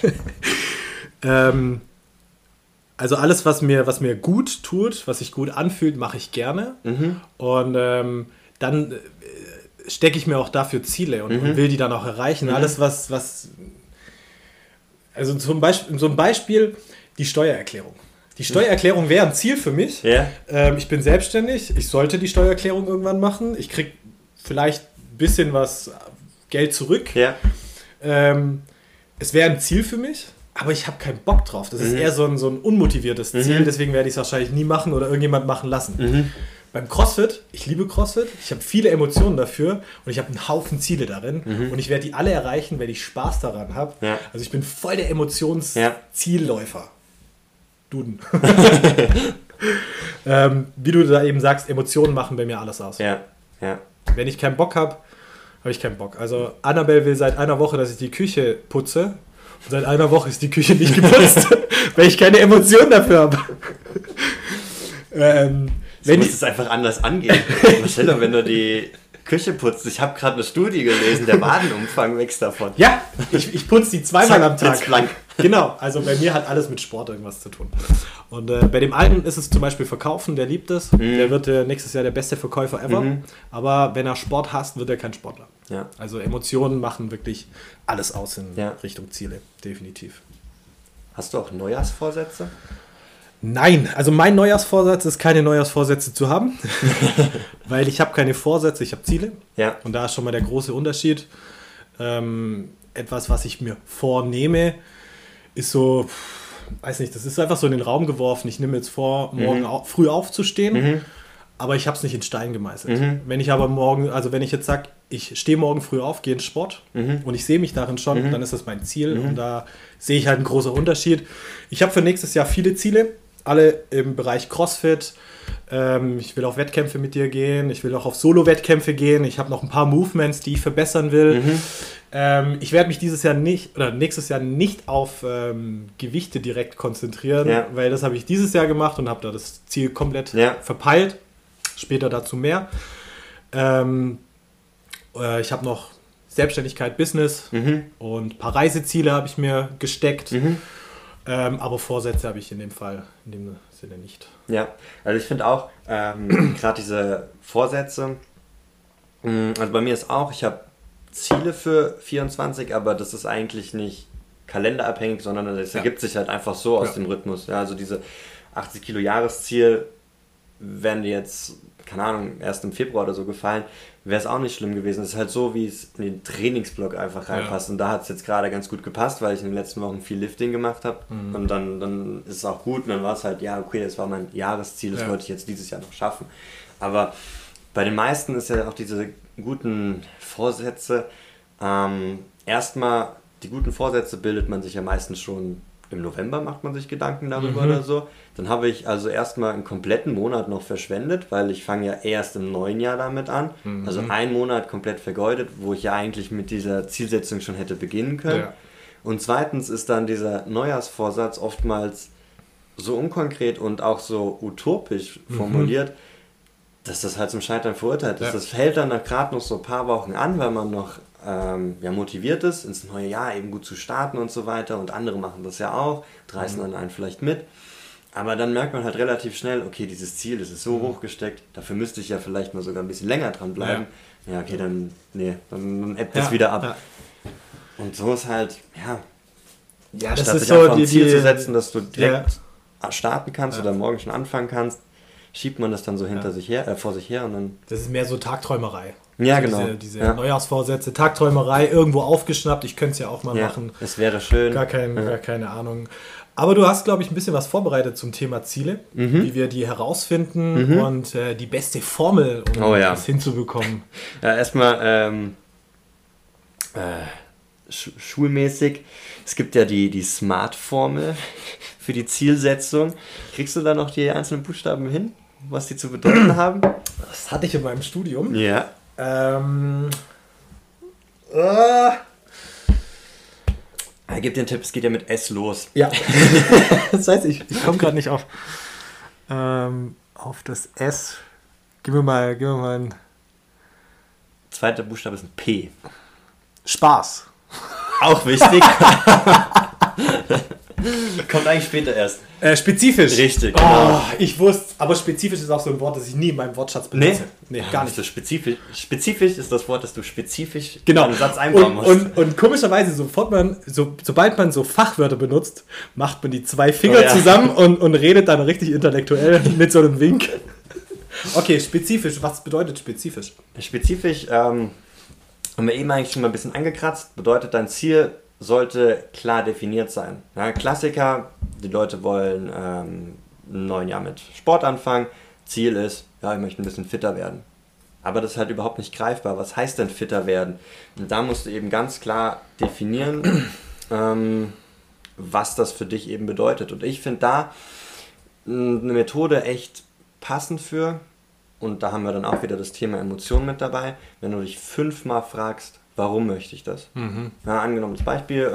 Wort. Also alles, was mir gut tut, was sich gut anfühlt, mache ich gerne. Und dann stecke ich mir auch dafür Ziele und will die dann auch erreichen. Alles, was also zum Beispiel, so ein Beispiel, die Steuererklärung. Die Steuererklärung wäre ein Ziel für mich. Ich bin selbstständig, ich sollte die Steuererklärung irgendwann machen. Ich kriege vielleicht ein bisschen was Geld zurück. Es wäre ein Ziel für mich, aber ich habe keinen Bock drauf. Das ist eher so ein unmotiviertes Ziel, deswegen werde ich es wahrscheinlich nie machen oder irgendjemand machen lassen. Beim CrossFit, ich liebe CrossFit, ich habe viele Emotionen dafür und ich habe einen Haufen Ziele darin und ich werde die alle erreichen, wenn ich Spaß daran habe. Also ich bin voll der Emotionszielläufer. Duden. Wie du da eben sagst, Emotionen machen bei mir alles aus. Wenn ich keinen Bock habe, habe ich keinen Bock. Also Annabelle will seit einer Woche, dass ich die Küche putze und seit einer Woche ist die Küche nicht geputzt, weil ich keine Emotionen dafür habe. Du musst es einfach anders angehen. Marcelo, wenn du die Küche putzt, ich habe gerade eine Studie gelesen, der Wadenumfang wächst davon. Ja, ich putze die zweimal am Tag. Genau, also bei mir hat alles mit Sport irgendwas zu tun. Und bei dem einen ist es zum Beispiel Verkaufen, der liebt es. Der wird nächstes Jahr der beste Verkäufer ever. Aber wenn er Sport hasst, wird er kein Sportler. Also Emotionen machen wirklich alles aus in Richtung Ziele, definitiv. Hast du auch Neujahrsvorsätze? Nein, also mein Neujahrsvorsatz ist, keine Neujahrsvorsätze zu haben, weil ich habe keine Vorsätze, ich habe Ziele. Ja. Und da ist schon mal der große Unterschied. Etwas, was ich mir vornehme, ist so, weiß nicht, das ist einfach so in den Raum geworfen. Ich nehme jetzt vor, morgen früh aufzustehen, aber ich habe es nicht in Stein gemeißelt. Wenn ich aber morgen, also wenn ich jetzt sage, ich stehe morgen früh auf, gehe in Sport und ich sehe mich darin schon, dann ist das mein Ziel und da sehe ich halt einen großen Unterschied. Ich habe für nächstes Jahr viele Ziele, alle im Bereich CrossFit. Ich will auf Wettkämpfe mit dir gehen, ich will auch auf Solo-Wettkämpfe gehen, ich habe noch ein paar Movements, die ich verbessern will. Ich werde mich nächstes Jahr nicht auf Gewichte direkt konzentrieren, weil das habe ich dieses Jahr gemacht und habe da das Ziel komplett verpeilt. Später dazu mehr. Ich habe noch Selbstständigkeit, Business und ein paar Reiseziele habe ich mir gesteckt. Aber Vorsätze habe ich in dem Sinne nicht. Ja, also ich finde auch, gerade diese Vorsätze, also bei mir ist auch, ich habe Ziele für 24, aber das ist eigentlich nicht kalenderabhängig, sondern das ergibt sich halt einfach so aus dem Rhythmus. Ja, also diese 80 Kilo Jahresziel, wären die jetzt, keine Ahnung, erst im Februar oder so gefallen, wäre es auch nicht schlimm gewesen. Es ist halt so, wie es in den Trainingsblock einfach reinpasst. Und da hat es jetzt gerade ganz gut gepasst, weil ich in den letzten Wochen viel Lifting gemacht habe. Und dann ist es auch gut. Und dann war es halt, ja, okay, das war mein Jahresziel, das wollte ich jetzt dieses Jahr noch schaffen. Aber bei den meisten ist ja auch diese guten Vorsätze, erstmal, die guten Vorsätze bildet man sich ja meistens schon im November, macht man sich Gedanken darüber oder so. Dann habe ich also erstmal einen kompletten Monat noch verschwendet, weil ich fange ja erst im neuen Jahr damit an. Also einen Monat komplett vergeudet, wo ich ja eigentlich mit dieser Zielsetzung schon hätte beginnen können. Ja. Und zweitens ist dann dieser Neujahrsvorsatz oftmals so unkonkret und auch so utopisch formuliert, dass das halt zum Scheitern verurteilt ist. Das hält dann gerade noch so ein paar Wochen an, weil man noch motiviert ist, ins neue Jahr eben gut zu starten und so weiter, und andere machen das ja auch, reißen dann einen vielleicht mit, aber dann merkt man halt relativ schnell, okay, dieses Ziel, das ist so hoch gesteckt, dafür müsste ich ja vielleicht mal sogar ein bisschen länger dran bleiben, okay, dann ebbt das wieder ab. Und so ist halt, das statt ist sich so einfach ein Ziel zu setzen, dass du direkt starten kannst oder morgen schon anfangen kannst, schiebt man das dann so vor sich her und dann... Das ist mehr so Tagträumerei. Ja, genau. Diese Neujahrsvorsätze, Tagträumerei, irgendwo aufgeschnappt, ich könnte es ja auch mal machen. Es wäre schön. Gar keine Ahnung. Aber du hast, glaube ich, ein bisschen was vorbereitet zum Thema Ziele, wie wir die herausfinden und die beste Formel, um das hinzubekommen. Ja, erstmal schulmäßig. Es gibt ja die Smart-Formel für die Zielsetzung. Kriegst du da noch die einzelnen Buchstaben hin, was die zu bedeuten haben? Das hatte ich in meinem Studium. Ja. Gib dir einen Tipp, es geht ja mit S los. Ja. Das heißt, ich komme gerade nicht auf das S. Gib mir mal ein... Zweiter Buchstabe ist ein P. Spaß. Auch wichtig. Kommt eigentlich später erst. Spezifisch. Richtig. Genau. Ich wusste, aber spezifisch ist auch so ein Wort, das ich nie in meinem Wortschatz benutze. Nee, gar nicht. So spezifisch ist das Wort, das du spezifisch in einen Satz einbauen musst. Und komischerweise, sobald man so Fachwörter benutzt, macht man die zwei Finger zusammen und redet dann richtig intellektuell mit so einem Wink. Okay, spezifisch. Was bedeutet spezifisch? Spezifisch, haben wir eben eigentlich schon mal ein bisschen angekratzt, bedeutet, dein Ziel sollte klar definiert sein. Ja, Klassiker, die Leute wollen im neuen Jahr mit Sport anfangen. Ziel ist, ich möchte ein bisschen fitter werden. Aber das ist halt überhaupt nicht greifbar. Was heißt denn fitter werden? Und da musst du eben ganz klar definieren, was das für dich eben bedeutet. Und ich finde da eine Methode echt passend für, und da haben wir dann auch wieder das Thema Emotionen mit dabei, wenn du dich 5-mal fragst, warum möchte ich das? Angenommenes Beispiel,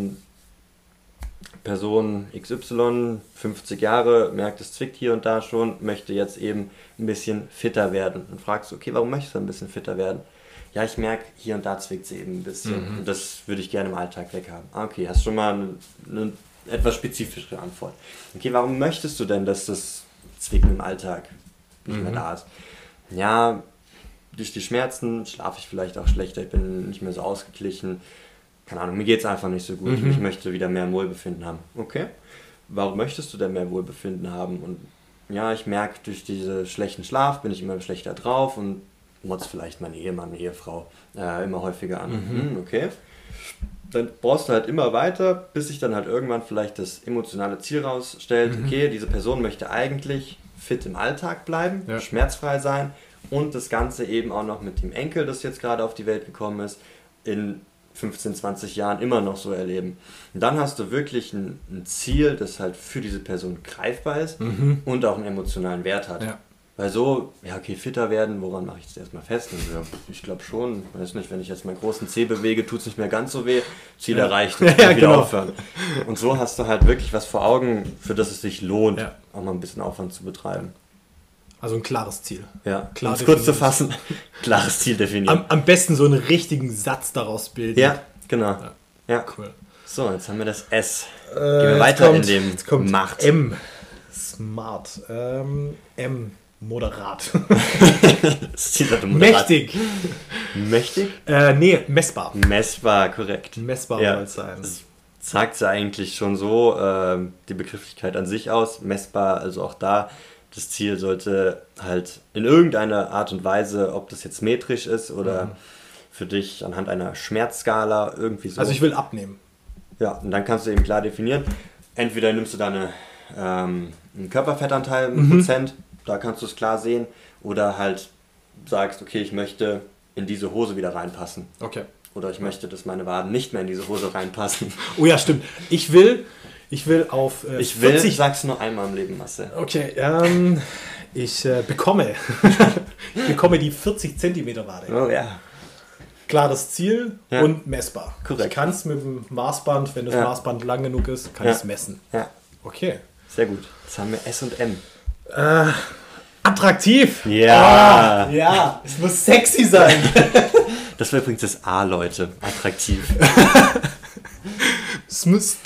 Person XY, 50 Jahre, merkt, es zwickt hier und da schon, möchte jetzt eben ein bisschen fitter werden. Und fragst du, okay, warum möchtest du ein bisschen fitter werden? Ja, ich merke, hier und da zwickt sie eben ein bisschen. Und das würde ich gerne im Alltag weghaben. Okay, hast schon mal eine etwas spezifischere Antwort. Okay, warum möchtest du denn, dass das Zwicken im Alltag nicht mehr da ist? Ja, durch die Schmerzen schlafe ich vielleicht auch schlechter, ich bin nicht mehr so ausgeglichen, keine Ahnung, mir geht es einfach nicht so gut, ich möchte wieder mehr Wohlbefinden haben. Okay, warum möchtest du denn mehr Wohlbefinden haben? Und ja, ich merke, durch diesen schlechten Schlaf bin ich immer schlechter drauf und motzt vielleicht mein Ehemann, meine Ehefrau immer häufiger an. Okay. Dann brauchst du halt immer weiter, bis sich dann halt irgendwann vielleicht das emotionale Ziel rausstellt, okay, diese Person möchte eigentlich fit im Alltag bleiben, schmerzfrei sein und das Ganze eben auch noch mit dem Enkel, das jetzt gerade auf die Welt gekommen ist, in 15, 20 Jahren immer noch so erleben. Und dann hast du wirklich ein Ziel, das halt für diese Person greifbar ist und auch einen emotionalen Wert hat. Ja. Weil so, ja okay, fitter werden, woran mache ich das erstmal fest? Und ja, ich glaube schon, weiß nicht, wenn ich jetzt meinen großen Zeh bewege, tut es nicht mehr ganz so weh, Ziel erreicht, und wieder genau. Aufhören. Und so hast du halt wirklich was vor Augen, für das es sich lohnt, auch mal ein bisschen Aufwand zu betreiben. Also ein klares Ziel. Ja, um es kurz zu fassen, klares Ziel definieren. Am besten so einen richtigen Satz daraus bilden. Ja, genau. Ja. Cool. So, jetzt haben wir das S. Gehen wir weiter in dem Macht. M. Smart. M. Moderat. Mächtig. Mächtig? Nee, messbar. Messbar, korrekt. Messbar soll es sein. Das sagt ja eigentlich schon so die Begrifflichkeit an sich aus. Messbar, also auch da, das Ziel sollte halt in irgendeiner Art und Weise, ob das jetzt metrisch ist oder für dich anhand einer Schmerzskala irgendwie so. Also ich will abnehmen. Ja, und dann kannst du eben klar definieren, entweder nimmst du da einen Körperfettanteil mit Prozent, da kannst du es klar sehen, oder halt sagst, okay, ich möchte in diese Hose wieder reinpassen. Okay. Oder ich möchte, dass meine Waden nicht mehr in diese Hose reinpassen. Oh ja, stimmt. Ich will auf 40... sag's nur einmal im Leben, Marcel. Okay, ich bekomme die 40 cm Wade. Oh ja. Klares Ziel und messbar. Korrekt. Ich kann es mit dem Maßband, wenn das Maßband lang genug ist, kann ich es messen. Ja. Okay. Sehr gut. Jetzt haben wir S und M. Attraktiv. Ja. Oh, ja, es muss sexy sein. Das war übrigens das A, Leute. Attraktiv. Es muss...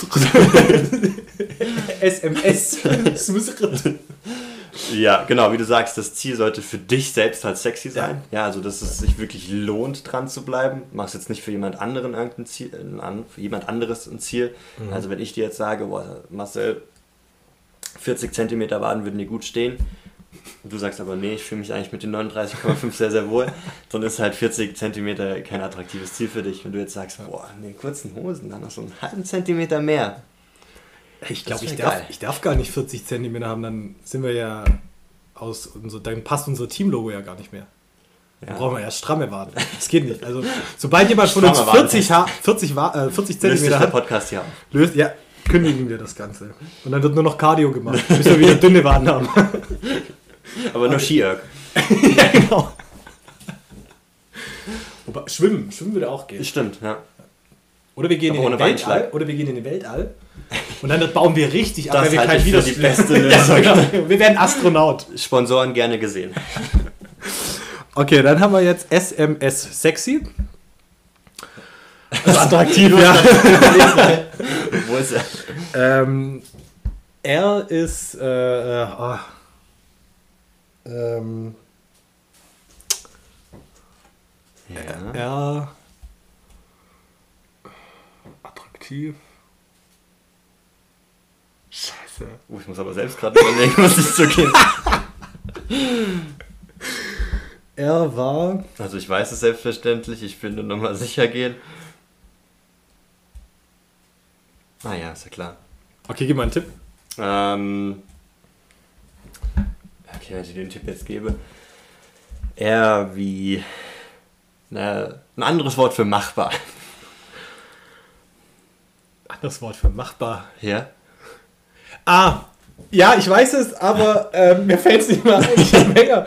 SMS. Es muss... Ja, genau, wie du sagst, das Ziel sollte für dich selbst halt sexy sein. Ja, also dass es sich wirklich lohnt, dran zu bleiben. Du machst jetzt nicht für jemand anderen irgendein Ziel, für jemand anderes ein Ziel. Also wenn ich dir jetzt sage, boah, Marcel, 40 cm Waden würden dir gut stehen. Du sagst aber, nee, ich fühle mich eigentlich mit den 39,5 sehr, sehr wohl. Dann ist halt 40 cm kein attraktives Ziel für dich. Wenn du jetzt sagst, boah, in den kurzen Hosen, dann noch so einen halben Zentimeter mehr. Ich glaube, ich darf gar nicht 40 cm haben, dann sind wir ja dann passt unser Teamlogo ja gar nicht mehr. Dann brauchen wir ja stramme Waden. Das geht nicht. Also, sobald jemand von uns 40 cm hat, der Podcast hier auf. Kündigen wir das Ganze. Und dann wird nur noch Cardio gemacht, bis wir wieder dünne Waden haben. Aber nur Ski-Erg. Ja, genau. Wobei, Schwimmen würde auch gehen. Stimmt, ja. Oder wir gehen in den Weltall. Und dann bauen wir richtig ab, weil wir kein Widerstand. Die beste Lösung. Genau. Wir werden Astronaut. Sponsoren gerne gesehen. Okay, dann haben wir jetzt SMS Sexy. Also attraktiv, ja. Wo ist er? Er ist attraktiv. Scheiße. Ich muss aber selbst gerade überlegen, was ich zu gehen. Er war... Also ich weiß es selbstverständlich, ich will nur nochmal sicher gehen. Ah ja, ist ja klar. Okay, gib mal einen Tipp. Okay, wenn ich dir den Tipp jetzt gebe. Er wie... ein anderes Wort für machbar. Anderes Wort für machbar? Ja. Ja, ich weiß es, aber mir fällt es nicht mehr ein. Ich habe länger.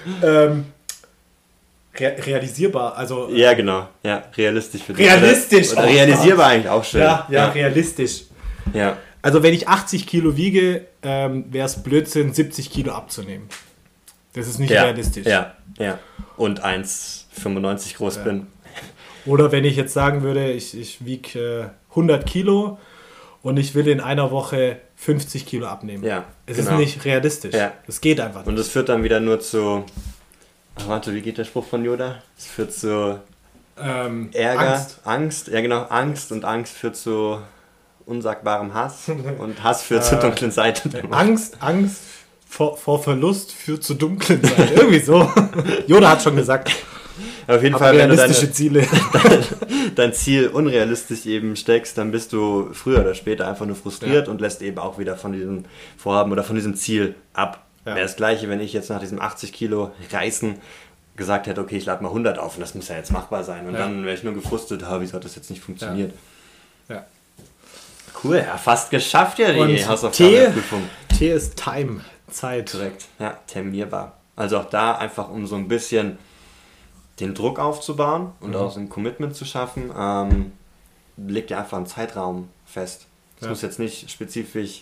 Realisierbar, also... Ja, genau. Ja, realistisch für dich. Realistisch! Oder realisierbar eigentlich auch schön. Ja, realistisch. Ja. Also wenn ich 80 Kilo wiege, wäre es Blödsinn, 70 Kilo abzunehmen. Das ist nicht realistisch. Ja. Und 1,95 groß bin. Oder wenn ich jetzt sagen würde, ich wiege 100 Kilo und ich will in einer Woche 50 Kilo abnehmen. Ja, es ist nicht realistisch. Ja. Das geht einfach nicht. Und es führt dann wieder nur zu... Warte, wie geht der Spruch von Yoda? Es führt zu Ärger, Angst. Ja genau, Angst und Angst führt zu unsagbarem Hass und Hass führt zur dunklen Seite. Angst vor Verlust führt zur dunklen Seite. Irgendwie so. Yoda hat schon gesagt. Auf jeden Fall, wenn du Ziele. dein Ziel unrealistisch eben steckst, dann bist du früher oder später einfach nur frustriert und lässt eben auch wieder von diesem Vorhaben oder von diesem Ziel ab. Ja. Wäre das Gleiche, wenn ich jetzt nach diesem 80 Kilo Reißen gesagt hätte, okay, ich lade mal 100 auf und das muss ja jetzt machbar sein. Und dann wäre ich nur gefrustet, wieso hat das jetzt nicht funktioniert. Ja. Cool, ja, fast geschafft ja die Hausaufgabenprüfung. T ist Time, Zeit. Korrekt, ja, terminierbar. Also auch da einfach, um so ein bisschen den Druck aufzubauen und auch so ein Commitment zu schaffen, legt ihr einfach einen Zeitraum fest. Es muss jetzt nicht spezifisch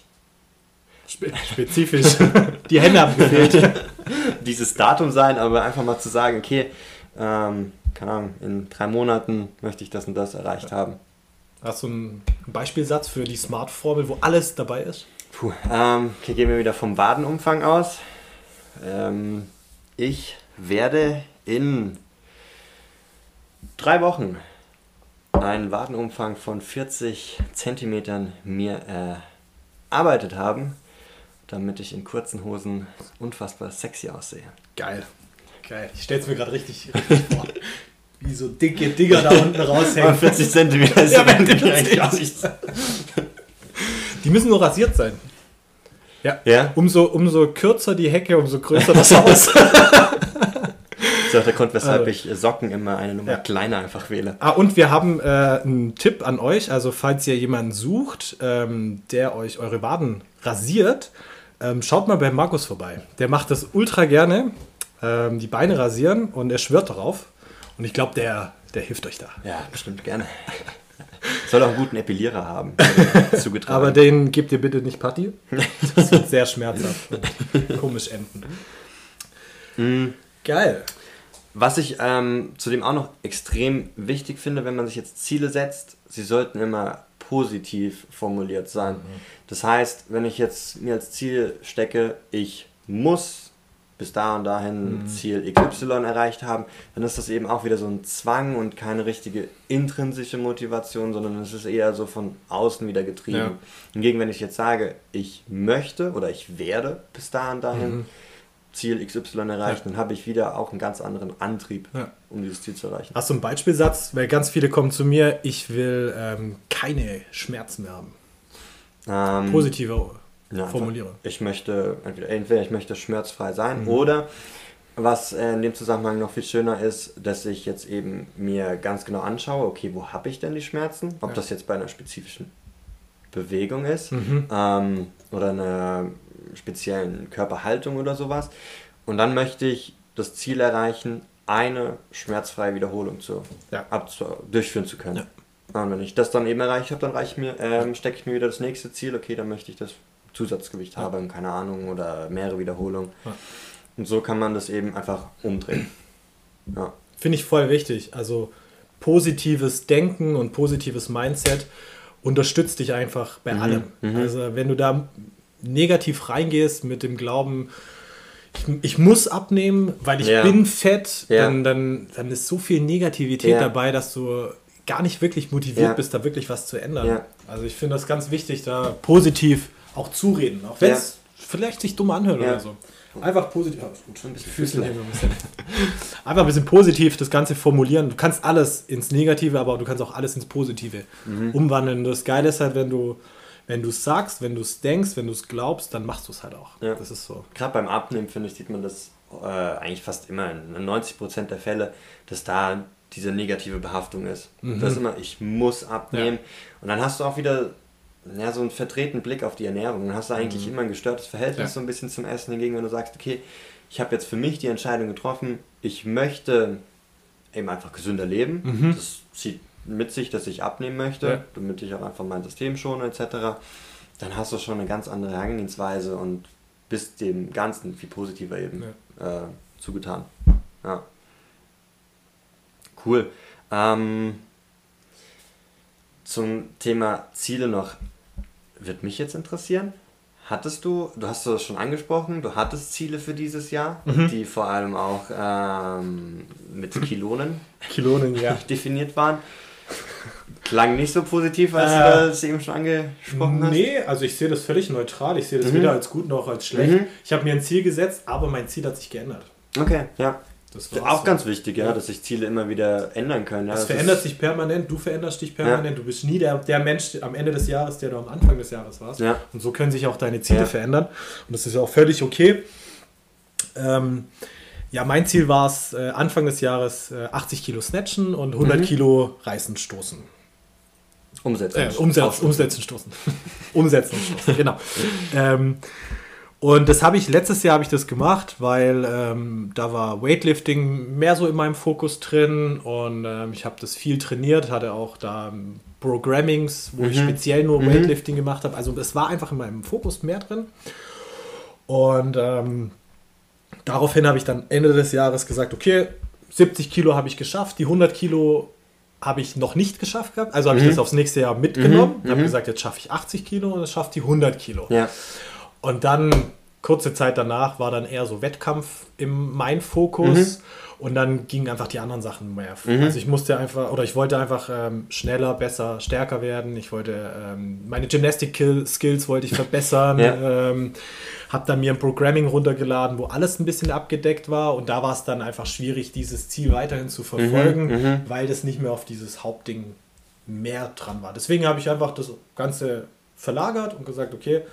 die Hände haben gefehlt. Dieses Datum sein, aber einfach mal zu sagen, okay, keine Ahnung, in 3 Monaten möchte ich das und das erreicht haben. Hast du einen Beispielsatz für die Smart-Formel, wo alles dabei ist? Okay, gehen wir wieder vom Wadenumfang aus. Ich werde in 3 Wochen einen Wadenumfang von 40 Zentimetern mir erarbeitet haben, damit ich in kurzen Hosen unfassbar sexy aussehe. Geil. Ich stelle es mir gerade richtig vor. Wie so dicke Dinger da unten raushängen. 40 Zentimeter ist eigentlich gar nichts. Die müssen nur rasiert sein. Ja. Umso kürzer die Hecke, umso größer das Haus. Das ist auch der Grund, weshalb ich Socken immer eine Nummer kleiner einfach wähle. Und wir haben einen Tipp an euch. Also falls ihr jemanden sucht, der euch eure Waden rasiert, schaut mal bei Markus vorbei. Der macht das ultra gerne. Die Beine rasieren und er schwört darauf. Und ich glaube, der hilft euch da. Ja, bestimmt gerne. Soll auch einen guten Epilierer haben. Zugetragen. Aber den gebt ihr bitte nicht Patti. Das wird sehr schmerzhaft und komisch enden. Geil. Was ich zudem auch noch extrem wichtig finde, wenn man sich jetzt Ziele setzt, sie sollten immer positiv formuliert sein. Das heißt, wenn ich jetzt mir als Ziel stecke, ich muss bis da und dahin Ziel XY erreicht haben, dann ist das eben auch wieder so ein Zwang und keine richtige intrinsische Motivation, sondern es ist eher so von außen wieder getrieben. Ja. Hingegen, wenn ich jetzt sage, ich möchte oder ich werde bis da und dahin Ziel XY erreichen, dann habe ich wieder auch einen ganz anderen Antrieb, um dieses Ziel zu erreichen. Hast du einen Beispielsatz? Weil ganz viele kommen zu mir, ich will keine Schmerzen mehr haben. Positive Formulierung. Ich möchte entweder ich möchte schmerzfrei sein oder was in dem Zusammenhang noch viel schöner ist, dass ich jetzt eben mir ganz genau anschaue, okay, wo habe ich denn die Schmerzen? Ob das jetzt bei einer spezifischen Bewegung ist oder einer speziellen Körperhaltung oder sowas. Und dann möchte ich das Ziel erreichen, eine schmerzfreie Wiederholung durchführen zu können. Ja. Und wenn ich das dann eben erreicht habe, dann stecke ich mir wieder das nächste Ziel, okay, dann möchte ich das Zusatzgewicht haben, keine Ahnung, oder mehrere Wiederholungen. Ja. Und so kann man das eben einfach umdrehen. Ja. Finde ich voll wichtig. Also positives Denken und positives Mindset unterstützt dich einfach bei allem. Also wenn du da negativ reingehst mit dem Glauben, ich muss abnehmen, weil ich bin fett, dann ist so viel Negativität dabei, dass du gar nicht wirklich motiviert bist, da wirklich was zu ändern. Ja. Also ich finde das ganz wichtig, da positiv auch zureden, auch wenn es vielleicht sich dumm anhört oder so. Einfach positiv, einfach ein bisschen positiv das Ganze formulieren. Du kannst alles ins Negative, aber du kannst auch alles ins Positive umwandeln. Das Geile ist halt, wenn du es sagst, wenn du es denkst, wenn du es glaubst, dann machst du es halt auch. Ja. Das ist so. Gerade beim Abnehmen, finde ich, sieht man das eigentlich fast immer in 90% der Fälle, dass da diese negative Behaftung ist. Das ist immer, ich muss abnehmen. Und dann hast du auch wieder so einen verdrehten Blick auf die Ernährung. Dann hast du eigentlich immer ein gestörtes Verhältnis so ein bisschen zum Essen. Hingegen, wenn du sagst, okay, ich habe jetzt für mich die Entscheidung getroffen, ich möchte eben einfach gesünder leben. Das zieht mit sich, dass ich abnehmen möchte, damit ich auch einfach mein System schone etc. Dann hast du schon eine ganz andere Herangehensweise und bist dem Ganzen viel positiver eben zugetan. Ja. Cool. Zum Thema Ziele noch, wird mich jetzt interessieren. Du hast das schon angesprochen, du hattest Ziele für dieses Jahr, die vor allem auch mit Kilonen definiert waren. Klang nicht so positiv, als du das eben schon angesprochen hast. Nee, also ich sehe das völlig neutral. Ich sehe das weder als gut noch als schlecht. Ich habe mir ein Ziel gesetzt, aber mein Ziel hat sich geändert. Okay, ja. Das ist auch so. Ganz wichtig, ja, dass sich Ziele immer wieder ändern können. Ja, es verändert sich permanent, du veränderst dich permanent, du bist nie der Mensch am Ende des Jahres, der du am Anfang des Jahres warst. Ja. Und so können sich auch deine Ziele verändern. Und das ist auch völlig okay. Mein Ziel war es, Anfang des Jahres 80 Kilo snatchen und 100 Kilo reißen, stoßen. Umsetzen, stoßen. Umsetzen, stoßen, genau. Und das letztes Jahr habe ich das gemacht, weil da war Weightlifting mehr so in meinem Fokus drin und ich habe das viel trainiert, hatte auch da Programmings, wo ich speziell nur Weightlifting gemacht habe. Also es war einfach in meinem Fokus mehr drin. Und daraufhin habe ich dann Ende des Jahres gesagt, okay, 70 Kilo habe ich geschafft, die 100 Kilo habe ich noch nicht geschafft gehabt. Also habe ich das aufs nächste Jahr mitgenommen und habe gesagt, jetzt schaffe ich 80 Kilo und jetzt schaffe ich die 100 Kilo. Ja. Und dann, kurze Zeit danach, war dann eher so Wettkampf mein Fokus und dann gingen einfach die anderen Sachen mehr. Also ich wollte einfach schneller, besser, stärker werden. Ich wollte meine Gymnastic-Skills wollte ich verbessern. Habe dann mir ein Programming runtergeladen, wo alles ein bisschen abgedeckt war und da war es dann einfach schwierig, dieses Ziel weiterhin zu verfolgen, weil das nicht mehr auf dieses Hauptding mehr dran war. Deswegen habe ich einfach das Ganze verlagert und gesagt, okay,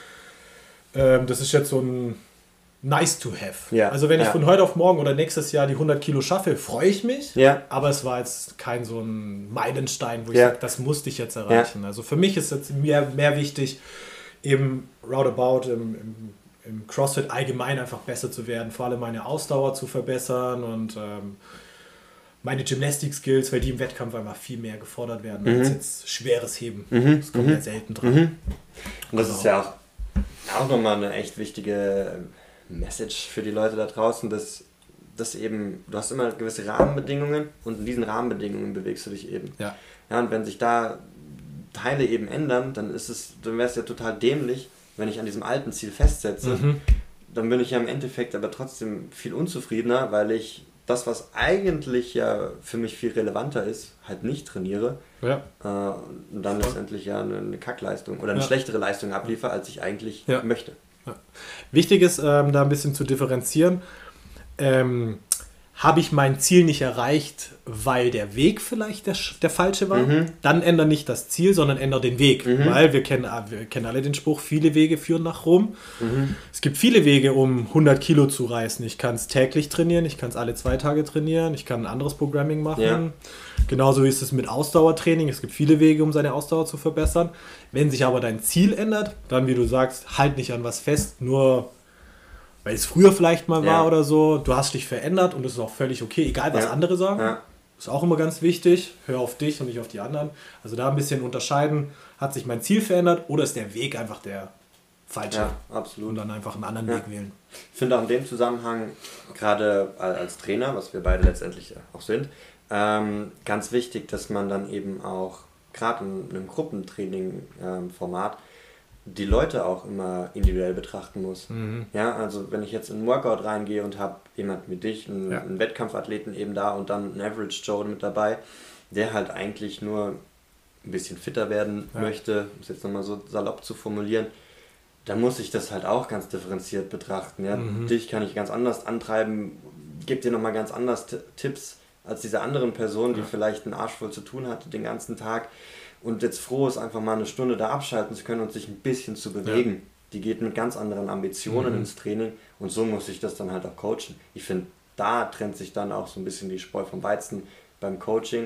das ist jetzt so ein nice to have. Ja, also wenn ich von heute auf morgen oder nächstes Jahr die 100 Kilo schaffe, freue ich mich. Ja. Aber es war jetzt kein so ein Meilenstein, wo ich sage, das musste ich jetzt erreichen. Also für mich ist jetzt mehr wichtig, eben roundabout im CrossFit allgemein einfach besser zu werden, vor allem meine Ausdauer zu verbessern und meine Gymnastik-Skills, weil die im Wettkampf einfach viel mehr gefordert werden als jetzt schweres Heben. Das kommt ja selten dran. Und das ist ja auch nochmal eine echt wichtige Message für die Leute da draußen, dass eben, du hast immer gewisse Rahmenbedingungen und in diesen Rahmenbedingungen bewegst du dich eben. Ja, und wenn sich da Teile eben ändern, dann wäre es ja total dämlich, wenn ich an diesem alten Ziel festsetze, dann bin ich ja im Endeffekt aber trotzdem viel unzufriedener, weil ich das, was eigentlich ja für mich viel relevanter ist, halt nicht trainiere und dann letztendlich ja eine Kackleistung oder eine schlechtere Leistung abliefere, als ich eigentlich möchte. Ja. Wichtig ist, da ein bisschen zu differenzieren. Habe ich mein Ziel nicht erreicht, weil der Weg vielleicht der falsche war, dann ändere nicht das Ziel, sondern ändere den Weg. Weil wir kennen alle den Spruch, viele Wege führen nach Rom. Es gibt viele Wege, um 100 Kilo zu reißen. Ich kann es täglich trainieren, ich kann es alle 2 Tage trainieren, ich kann ein anderes Programming machen. Ja. Genauso ist es mit Ausdauertraining. Es gibt viele Wege, um seine Ausdauer zu verbessern. Wenn sich aber dein Ziel ändert, dann, wie du sagst, halt nicht an was fest, nur weil es früher vielleicht mal war oder so. Du hast dich verändert und das ist auch völlig okay, egal was andere sagen. Ja. Ist auch immer ganz wichtig. Hör auf dich und nicht auf die anderen. Also da ein bisschen unterscheiden, hat sich mein Ziel verändert oder ist der Weg einfach der falsche? Ja, absolut. Und dann einfach einen anderen Weg wählen. Ich finde auch in dem Zusammenhang, gerade als Trainer, was wir beide letztendlich auch sind, ganz wichtig, dass man dann eben auch, gerade in einem Gruppentraining-Format, die Leute auch immer individuell betrachten muss. Ja, also wenn ich jetzt in einen Workout reingehe und habe jemand wie dich, einen Wettkampfathleten eben da und dann einen Average Joe mit dabei, der halt eigentlich nur ein bisschen fitter werden möchte, um es jetzt nochmal so salopp zu formulieren, dann muss ich das halt auch ganz differenziert betrachten. Ja? Dich kann ich ganz anders antreiben, gebe dir nochmal ganz anders Tipps als diese anderen Person, die vielleicht einen Arsch voll zu tun hatte den ganzen Tag und jetzt froh ist, einfach mal eine Stunde da abschalten zu können und sich ein bisschen zu bewegen. Ja. Die geht mit ganz anderen Ambitionen ins Training und so muss ich das dann halt auch coachen. Ich finde, da trennt sich dann auch so ein bisschen die Spreu vom Weizen beim Coaching.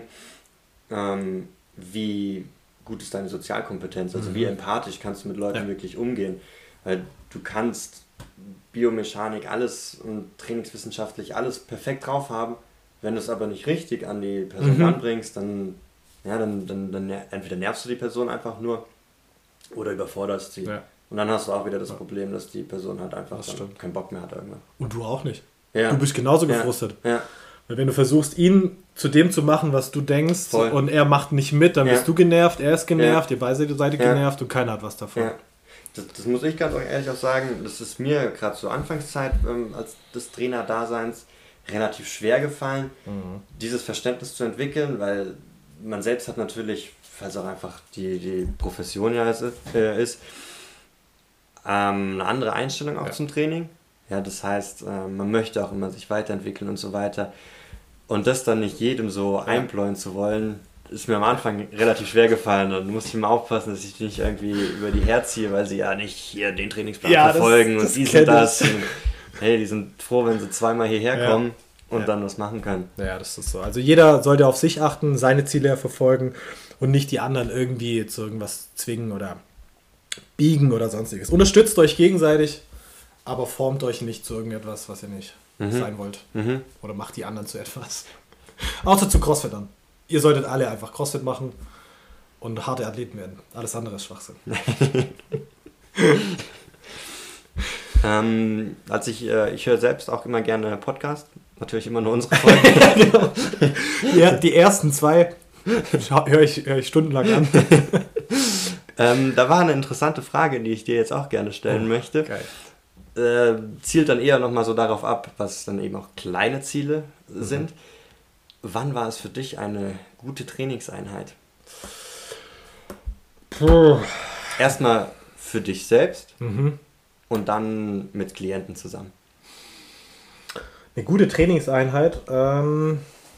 Wie gut ist deine Sozialkompetenz, also wie empathisch kannst du mit Leuten wirklich umgehen. Weil du kannst Biomechanik, alles und trainingswissenschaftlich alles perfekt drauf haben, wenn du es aber nicht richtig an die Person anbringst, dann entweder nervst du die Person einfach nur oder überforderst sie. Ja. Und dann hast du auch wieder das Problem, dass die Person halt einfach keinen Bock mehr hat irgendwann. Und du auch nicht. Ja. Du bist genauso gefrustet. Ja. Weil wenn du versuchst, ihn zu dem zu machen, was du denkst, und er macht nicht mit, dann bist du genervt, er ist genervt, ihr beide seid genervt und keiner hat was davon. Ja. Das muss ich ganz ehrlich auch sagen, das ist mir gerade zur Anfangszeit als des Trainer-Daseins relativ schwer gefallen, dieses Verständnis zu entwickeln, weil man selbst hat natürlich, weil es auch einfach die Profession ja ist, eine andere Einstellung auch zum Training. Ja, das heißt, man möchte auch immer sich weiterentwickeln und so weiter. Und das dann nicht jedem so einbläuen zu wollen, ist mir am Anfang relativ schwer gefallen. Und musste ich immer aufpassen, dass ich die nicht irgendwie über die herziehe, weil sie ja nicht hier den Trainingsplan verfolgen und dies und das. Und, hey, die sind froh, wenn sie zweimal hierher kommen und dann was machen können. Ja, das ist so. Also jeder sollte auf sich achten, seine Ziele verfolgen und nicht die anderen irgendwie zu irgendwas zwingen oder biegen oder sonstiges. Unterstützt euch gegenseitig, aber formt euch nicht zu irgendetwas, was ihr nicht sein wollt. Oder macht die anderen zu etwas. Außer zu Crossfittern. Ihr solltet alle einfach Crossfit machen und harte Athleten werden. Alles andere ist Schwachsinn. Ich höre selbst auch immer gerne Podcast. Natürlich immer nur unsere Folgen. Ja, die ersten 2 höre ich stundenlang an. Da war eine interessante Frage, die ich dir jetzt auch gerne stellen möchte. Geil. Zielt dann eher nochmal so darauf ab, was dann eben auch kleine Ziele sind. Wann war es für dich eine gute Trainingseinheit? Erstmal für dich selbst und dann mit Klienten zusammen. Eine gute Trainingseinheit. Das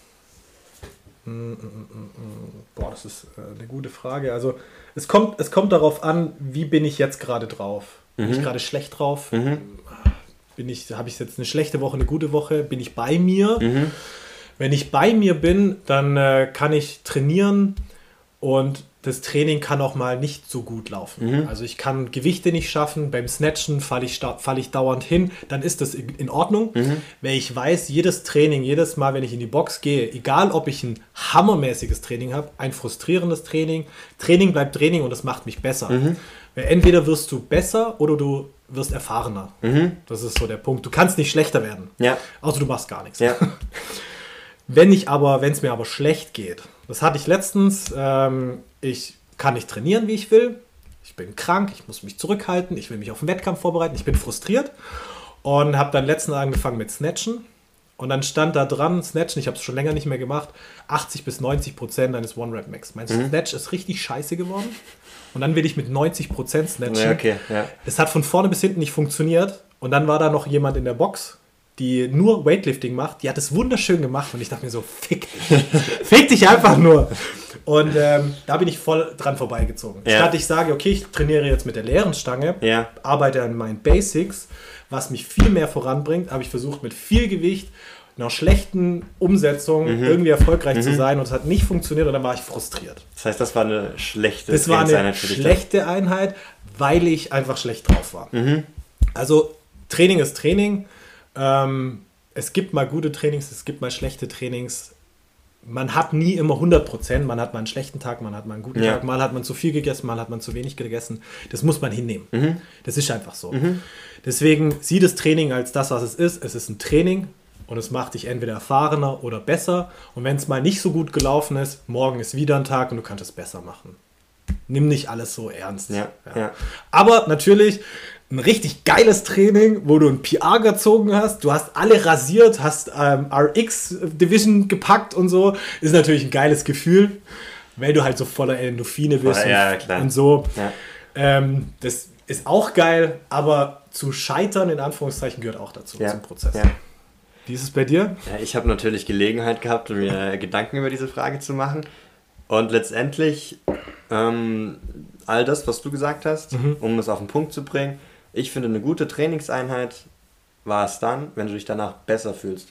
ist eine gute Frage. Also es kommt darauf an, wie bin ich jetzt gerade drauf. Bin ich gerade schlecht drauf? Habe ich jetzt eine schlechte Woche, eine gute Woche? Bin ich bei mir? Wenn ich bei mir bin, dann kann ich trainieren und das Training kann auch mal nicht so gut laufen. Also ich kann Gewichte nicht schaffen, beim Snatchen falle ich dauernd hin, dann ist das in Ordnung. Wenn ich weiß, jedes Training, jedes Mal, wenn ich in die Box gehe, egal ob ich ein hammermäßiges Training habe, ein frustrierendes Training bleibt Training und das macht mich besser. Weil entweder wirst du besser oder du wirst erfahrener. Das ist so der Punkt. Du kannst nicht schlechter werden, außer du machst gar nichts. Ja. Wenn es mir aber schlecht geht, das hatte ich letztens, ich kann nicht trainieren, wie ich will, ich bin krank, ich muss mich zurückhalten, ich will mich auf den Wettkampf vorbereiten, ich bin frustriert und habe dann letztens angefangen mit Snatchen und dann stand da dran, Snatchen, ich habe es schon länger nicht mehr gemacht, 80-90% deines One-Rep-Max. Mein Snatch ist richtig scheiße geworden und dann will ich mit 90% snatchen. Ja, okay, ja. Es hat von vorne bis hinten nicht funktioniert und dann war da noch jemand in der Box, die nur Weightlifting macht, die hat es wunderschön gemacht und ich dachte mir so, fick dich. Fick dich einfach nur. Und da bin ich voll dran vorbeigezogen. Statt ich sage, okay, ich trainiere jetzt mit der leeren Stange, arbeite an meinen Basics, was mich viel mehr voranbringt, habe ich versucht mit viel Gewicht, einer schlechten Umsetzung irgendwie erfolgreich zu sein und es hat nicht funktioniert und dann war ich frustriert. Das heißt, das war eine schlechte Einheit. Das war eine schlechte Einheit, weil ich einfach schlecht drauf war. Also Training ist Training. Es gibt mal gute Trainings, es gibt mal schlechte Trainings. Man hat nie immer 100%, man hat mal einen schlechten Tag, man hat mal einen guten Tag, mal hat man zu viel gegessen, mal hat man zu wenig gegessen. Das muss man hinnehmen. Das ist einfach so. Deswegen sieh das Training als das, was es ist. Es ist ein Training und es macht dich entweder erfahrener oder besser. Und wenn es mal nicht so gut gelaufen ist, morgen ist wieder ein Tag und du kannst es besser machen. Nimm nicht alles so ernst. Ja. Aber natürlich ein richtig geiles Training, wo du ein PR gezogen hast, du hast alle rasiert, hast RX-Division gepackt und so, ist natürlich ein geiles Gefühl, weil du halt so voller Endorphine bist und so. Ja. Das ist auch geil, aber zu scheitern, in Anführungszeichen, gehört auch dazu, zum Prozess. Ja. Wie ist es bei dir? Ja, ich habe natürlich Gelegenheit gehabt, mir Gedanken über diese Frage zu machen. Und letztendlich all das, was du gesagt hast, um es auf den Punkt zu bringen, ich finde, eine gute Trainingseinheit war es dann, wenn du dich danach besser fühlst.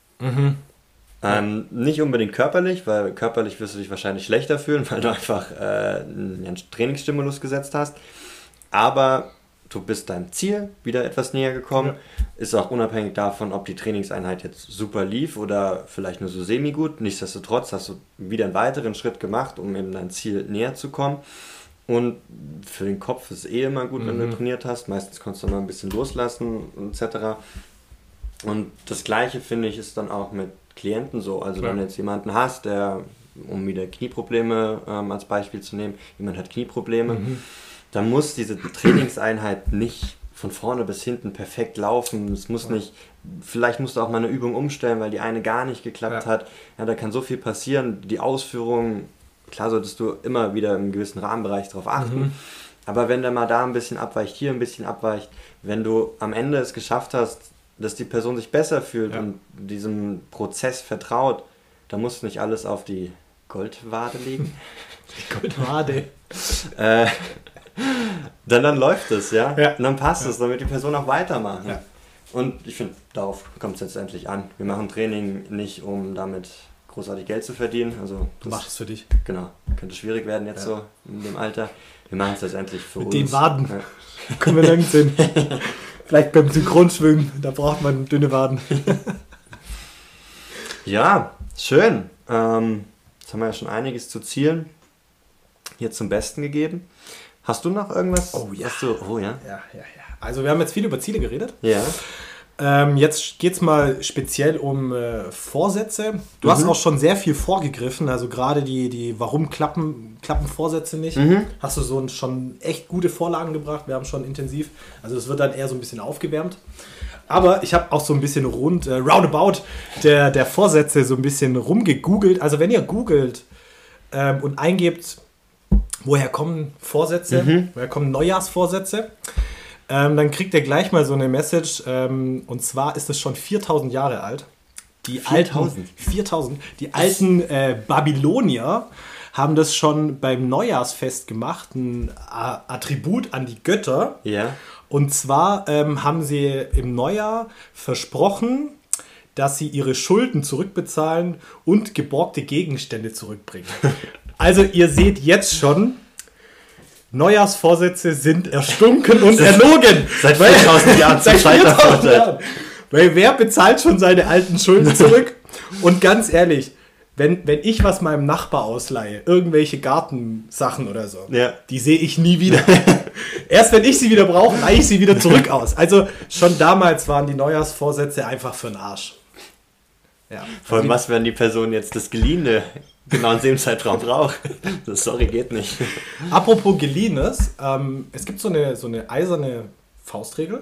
Nicht unbedingt körperlich, weil körperlich wirst du dich wahrscheinlich schlechter fühlen, weil du einfach einen Trainingsstimulus gesetzt hast. Aber du bist deinem Ziel wieder etwas näher gekommen. Ist auch unabhängig davon, ob die Trainingseinheit jetzt super lief oder vielleicht nur so semi-gut. Nichtsdestotrotz hast du wieder einen weiteren Schritt gemacht, um eben dein Ziel näher zu kommen. Und für den Kopf ist es immer gut, wenn du trainiert hast. Meistens kannst du mal ein bisschen loslassen etc. Und das Gleiche, finde ich, ist dann auch mit Klienten so. Also wenn du jetzt jemanden hast, der, um wieder Knieprobleme als Beispiel zu nehmen, jemand hat Knieprobleme, dann muss diese Trainingseinheit nicht von vorne bis hinten perfekt laufen. Es muss nicht, vielleicht musst du auch mal eine Übung umstellen, weil die eine gar nicht geklappt hat. Ja, da kann so viel passieren. Die Ausführung klar solltest du immer wieder im gewissen Rahmenbereich darauf achten, aber wenn der mal da ein bisschen abweicht, hier ein bisschen abweicht, wenn du am Ende es geschafft hast, dass die Person sich besser fühlt und diesem Prozess vertraut, dann musst du nicht alles auf die Goldwaage legen. Die Goldwaage. Dann läuft es, ja. Und dann passt es, dann wird die Person auch weitermachen. Ja. Und ich finde, darauf kommt es letztendlich an. Wir machen Training nicht, um damit großartig Geld zu verdienen. Also du machst es für dich. Genau. Könnte schwierig werden jetzt so in dem Alter. Wir machen es letztendlich für uns. Mit den Waden. Können wir nirgends hin. Vielleicht beim Synchronschwimmen, da braucht man dünne Waden. Ja, schön. Jetzt haben wir ja schon einiges zu Zielen hier zum Besten gegeben. Hast du noch irgendwas? Oh ja. Ja. Also wir haben jetzt viel über Ziele geredet. Ja. Jetzt geht es mal speziell um Vorsätze. Du hast auch schon sehr viel vorgegriffen, also gerade die warum klappen Vorsätze nicht. Hast du schon echt gute Vorlagen gebracht. Wir haben schon intensiv, also es wird dann eher so ein bisschen aufgewärmt. Aber ich habe auch so ein bisschen roundabout der Vorsätze so ein bisschen rumgegoogelt. Also wenn ihr googelt und eingebt, woher kommen Vorsätze, woher kommen Neujahrsvorsätze, dann kriegt ihr gleich mal so eine Message, und zwar ist es schon 4000 Jahre alt. 4000. Die alten Babylonier haben das schon beim Neujahrsfest gemacht, ein Attribut an die Götter. Ja. Und zwar haben sie im Neujahr versprochen, dass sie ihre Schulden zurückbezahlen und geborgte Gegenstände zurückbringen. Also ihr seht jetzt schon, Neujahrsvorsätze sind erstunken und erlogen. Seit 4000 Jahren. Seit 4000 Jahren. Weil wer bezahlt schon seine alten Schulden zurück? Und ganz ehrlich, wenn ich was meinem Nachbar ausleihe, irgendwelche Gartensachen oder so, die sehe ich nie wieder. Erst wenn ich sie wieder brauche, leihe ich sie wieder zurück aus. Also schon damals waren die Neujahrsvorsätze einfach für den Arsch. Ja. Vor allem, was, wenn die Person jetzt das Geliehene genau in dem Zeitraum braucht? Sorry, geht nicht. Apropos Geliehenes, es gibt so eine eiserne Faustregel.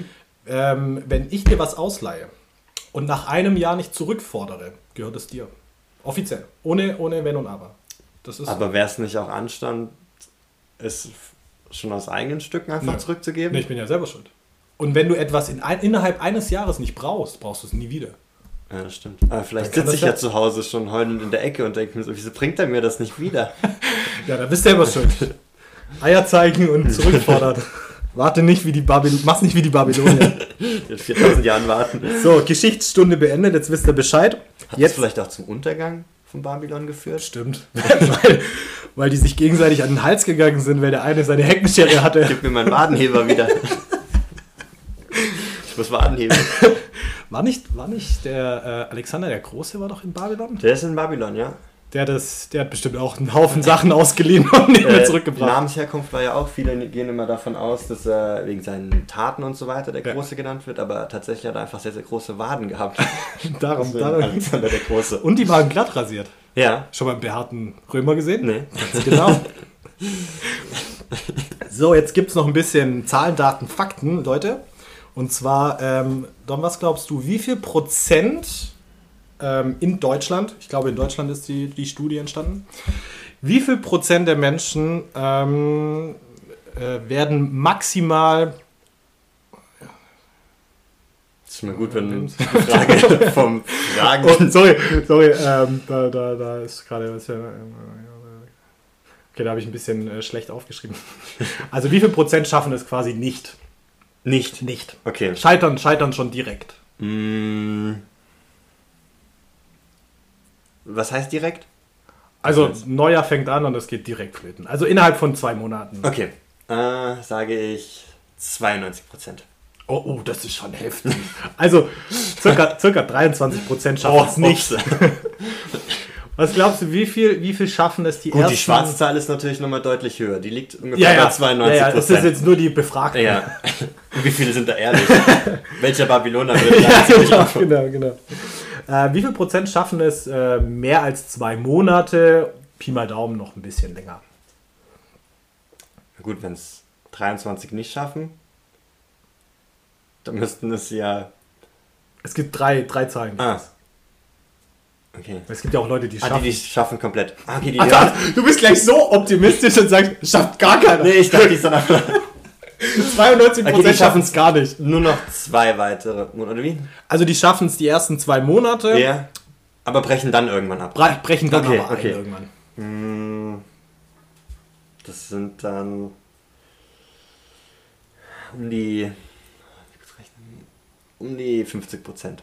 Wenn ich dir was ausleihe und nach einem Jahr nicht zurückfordere, gehört es dir. Offiziell. Ohne Wenn und Aber. Das ist aber wäre es nicht auch Anstand, es schon aus eigenen Stücken einfach zurückzugeben? Nee, ich bin ja selber schuld. Und wenn du etwas innerhalb eines Jahres nicht brauchst, brauchst du es nie wieder. Ja, das stimmt. Aber vielleicht sitze ich ja zu Hause schon heulend in der Ecke und denke mir so, wieso bringt er mir das nicht wieder? Ja, da bist du selber schuld. Eier zeigen und zurückfordern. Mach's nicht wie die Babylonier. In 4000 Jahren warten. So, Geschichtsstunde beendet, jetzt wisst ihr Bescheid. Hat jetzt vielleicht auch zum Untergang von Babylon geführt? Stimmt. weil die sich gegenseitig an den Hals gegangen sind, weil der eine seine Heckenschere hatte. Gib mir meinen Wadenheber wieder. Ich muss Waden heben. War nicht der Alexander der Große war doch in Babylon? Der ist in Babylon, ja. Der hat bestimmt auch einen Haufen Sachen ausgeliehen und nicht mehr zurückgebracht. Namensherkunft war ja auch, viele gehen immer davon aus, dass er wegen seinen Taten und so weiter der Große genannt wird, aber tatsächlich hat er einfach sehr, sehr große Waden gehabt. darum. Alexander der Große. Und die waren glatt rasiert. Ja. Schon mal einen behaarten Römer gesehen? Nee. Ganz genau. So, jetzt gibt es noch ein bisschen Zahlen, Daten, Fakten, Leute. Und zwar, Dom, was glaubst du, wie viel Prozent in Deutschland, ich glaube in Deutschland ist die Studie entstanden, wie viel Prozent der Menschen werden maximal... Das ist mal gut, wenn eine Frage vom Fragen... Oh, sorry, da ist gerade... Okay, da habe ich ein bisschen schlecht aufgeschrieben. Also wie viel Prozent schaffen es quasi nicht? Nicht. Okay. Scheitern schon direkt. Was heißt direkt? Also Neujahr fängt an und es geht direkt flöten. Also innerhalb von 2 Monaten. Okay. Sage ich 92%. Oh, das ist schon heftig. Also circa 23% schaffen es nicht. Was glaubst du, wie viel schaffen es die ersten... Die schwarze Zahl ist natürlich nochmal deutlich höher. Die liegt ungefähr bei 92%. Ja, das ist jetzt nur die Befragten. Ja. Wie viele sind da ehrlich? Welcher Babyloner würde da Genau. Wie viel Prozent schaffen es mehr als 2 Monate? Pi mal Daumen noch ein bisschen länger. Gut, wenn es 23 nicht schaffen, dann müssten es ja... Es gibt drei Zahlen. Okay. Es gibt ja auch Leute, die schaffen. Die schaffen komplett. Okay, du bist gleich so optimistisch und sagst, schafft gar keiner. Nee, ich dachte, die sind einfach... 92% schaffen es gar nicht. Nur noch 2 weitere Monate, oder wie? Also die schaffen es die ersten 2 Monate. Ja. Aber brechen dann irgendwann ab. Brechen dann aber ein irgendwann. Das sind dann um die 50%.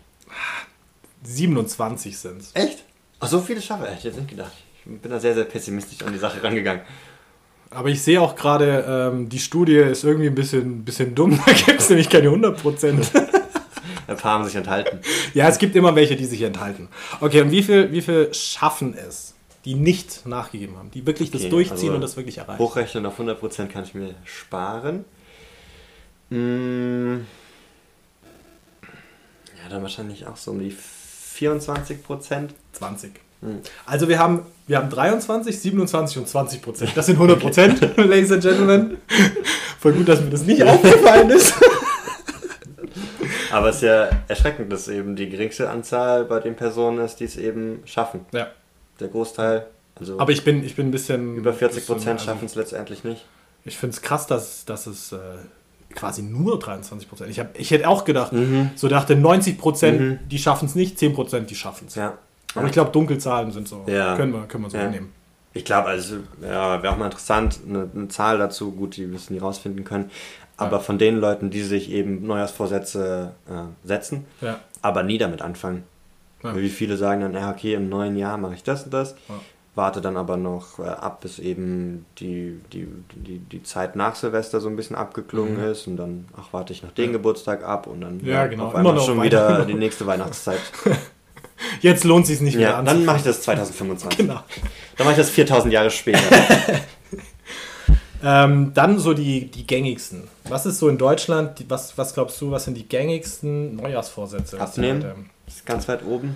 27 sind es. Echt? Ach, so viele schaffe ich. Jetzt nicht gedacht. Ich bin da sehr, sehr pessimistisch an die Sache rangegangen. Aber ich sehe auch gerade, die Studie ist irgendwie ein bisschen dumm. Da gibt es nämlich keine 100%. Ein paar haben sich enthalten. Ja, es gibt immer welche, die sich enthalten. Okay, und wie viel schaffen es, die nicht nachgegeben haben? Die wirklich das durchziehen und das wirklich erreichen? Hochrechnen auf 100% kann ich mir sparen. Ja, dann wahrscheinlich auch so um die 24%. 20. Also wir haben 23, 27 und 20%. Das sind 100%, Ladies and Gentlemen. Voll gut, dass mir das nicht aufgefallen ist. Aber es ist ja erschreckend, dass eben die geringste Anzahl bei den Personen ist, die es eben schaffen. Ja. Der Großteil, also aber ich bin ein bisschen... Über 40% schaffen es letztendlich nicht. Ich finde es krass, dass es quasi nur 23%. Ich hätte auch gedacht, dachte 90%, die schaffen es nicht, 10% die schaffen es. Ja. Aber ich glaube, Dunkelzahlen sind so. Ja. Können wir so annehmen. Ich glaube, also wäre auch mal interessant, eine Zahl dazu, gut, die wirst du nie rausfinden können. Aber von den Leuten, die sich eben Neujahrsvorsätze setzen, aber nie damit anfangen. Ja. Wie viele sagen dann, okay, im neuen Jahr mache ich das und das, warte dann aber noch ab, bis eben die Zeit nach Silvester so ein bisschen abgeklungen ist und dann, warte ich noch den Geburtstag ab und dann genau. auf einmal schon wieder die nächste Weihnachtszeit. Jetzt lohnt es sich nicht mehr an. Dann mache ich das 2025. Genau. Dann mache ich das 4000 Jahre später. Dann so die gängigsten. Was ist so in Deutschland, was glaubst du, was sind die gängigsten Neujahrsvorsätze? Abnehmen, das ist ganz weit oben.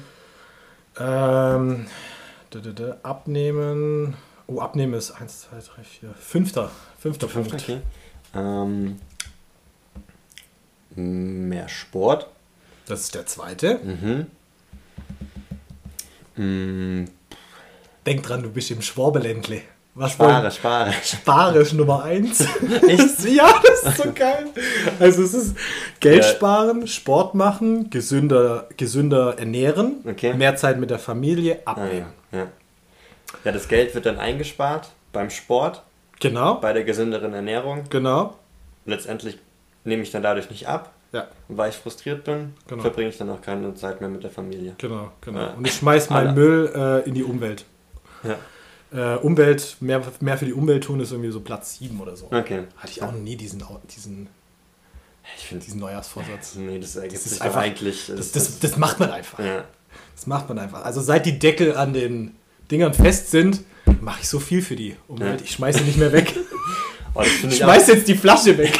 Abnehmen. Oh, abnehmen ist 1, 2, 3, 4. Fünfter Punkt. Okay. Mehr Sport. Das ist der zweite. Denk dran, du bist im Schwabeländle. Spare ist Nummer 1. Echt? Ja, das ist so geil. Also es ist Geld sparen, Sport machen, gesünder ernähren, mehr Zeit mit der Familie, abnehmen. Ja, das Geld wird dann eingespart beim Sport. Genau. Bei der gesünderen Ernährung. Genau. Letztendlich nehme ich dann dadurch nicht ab. Ja. Und weil ich frustriert bin, verbringe ich dann auch keine Zeit mehr mit der Familie. Genau. Und ich schmeiß meinen Müll in die Umwelt. Ja. Umwelt, mehr für die Umwelt tun ist irgendwie so Platz 7 oder so. Okay. Hatte ich auch noch nie diesen Neujahrsvorsatz. Nee, das ergibt sich einfach eigentlich. Das macht man einfach. Ja. Das macht man einfach. Also seit die Deckel an den Dingern fest sind, mache ich so viel für die Umwelt. Ich schmeiße nicht mehr weg. Ich schmeiße jetzt die Flasche weg.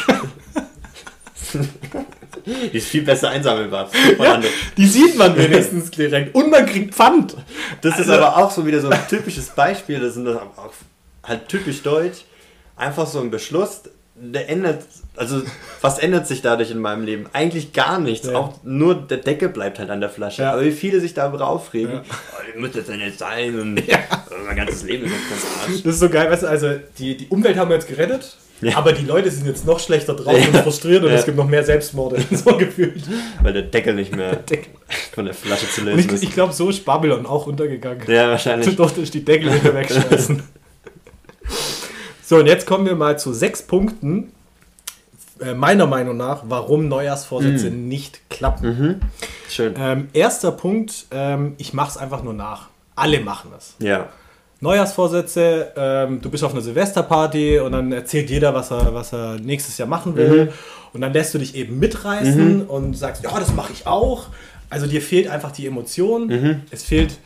Die ist viel besser einsammelbar. Ja, die sieht man wenigstens direkt. Und man kriegt Pfand. Das ist aber auch so wieder so ein typisches Beispiel. Das ist auch halt typisch deutsch. Einfach so ein Beschluss, der ändert, also was ändert sich dadurch in meinem Leben? Eigentlich gar nichts. Ja. Auch nur der Deckel bleibt halt an der Flasche. Ja. Aber wie viele sich darüber aufregen, wie muss das denn jetzt sein? Und mein ganzes Leben ist jetzt ganz Arsch. Das ist so geil, weißt du, also die Umwelt haben wir jetzt gerettet. Ja. Aber die Leute sind jetzt noch schlechter drauf und frustriert und es gibt noch mehr Selbstmorde, so gefühlt. Weil der Deckel nicht mehr von der Flasche zu lösen ist. Ich glaube, so ist Babylon auch untergegangen. Ja, wahrscheinlich. Du durftest die Deckel nicht mehr wegschmeißen. So, und jetzt kommen wir mal zu 6 Punkten, meiner Meinung nach, warum Neujahrsvorsätze nicht klappen. Schön. Erster Punkt, ich mache es einfach nur nach. Alle machen das. Ja. Neujahrsvorsätze, du bist auf einer Silvesterparty und dann erzählt jeder, was er nächstes Jahr machen will. Und dann lässt du dich eben mitreißen und sagst, ja, das mache ich auch. Also dir fehlt einfach die Emotion. Es fehlt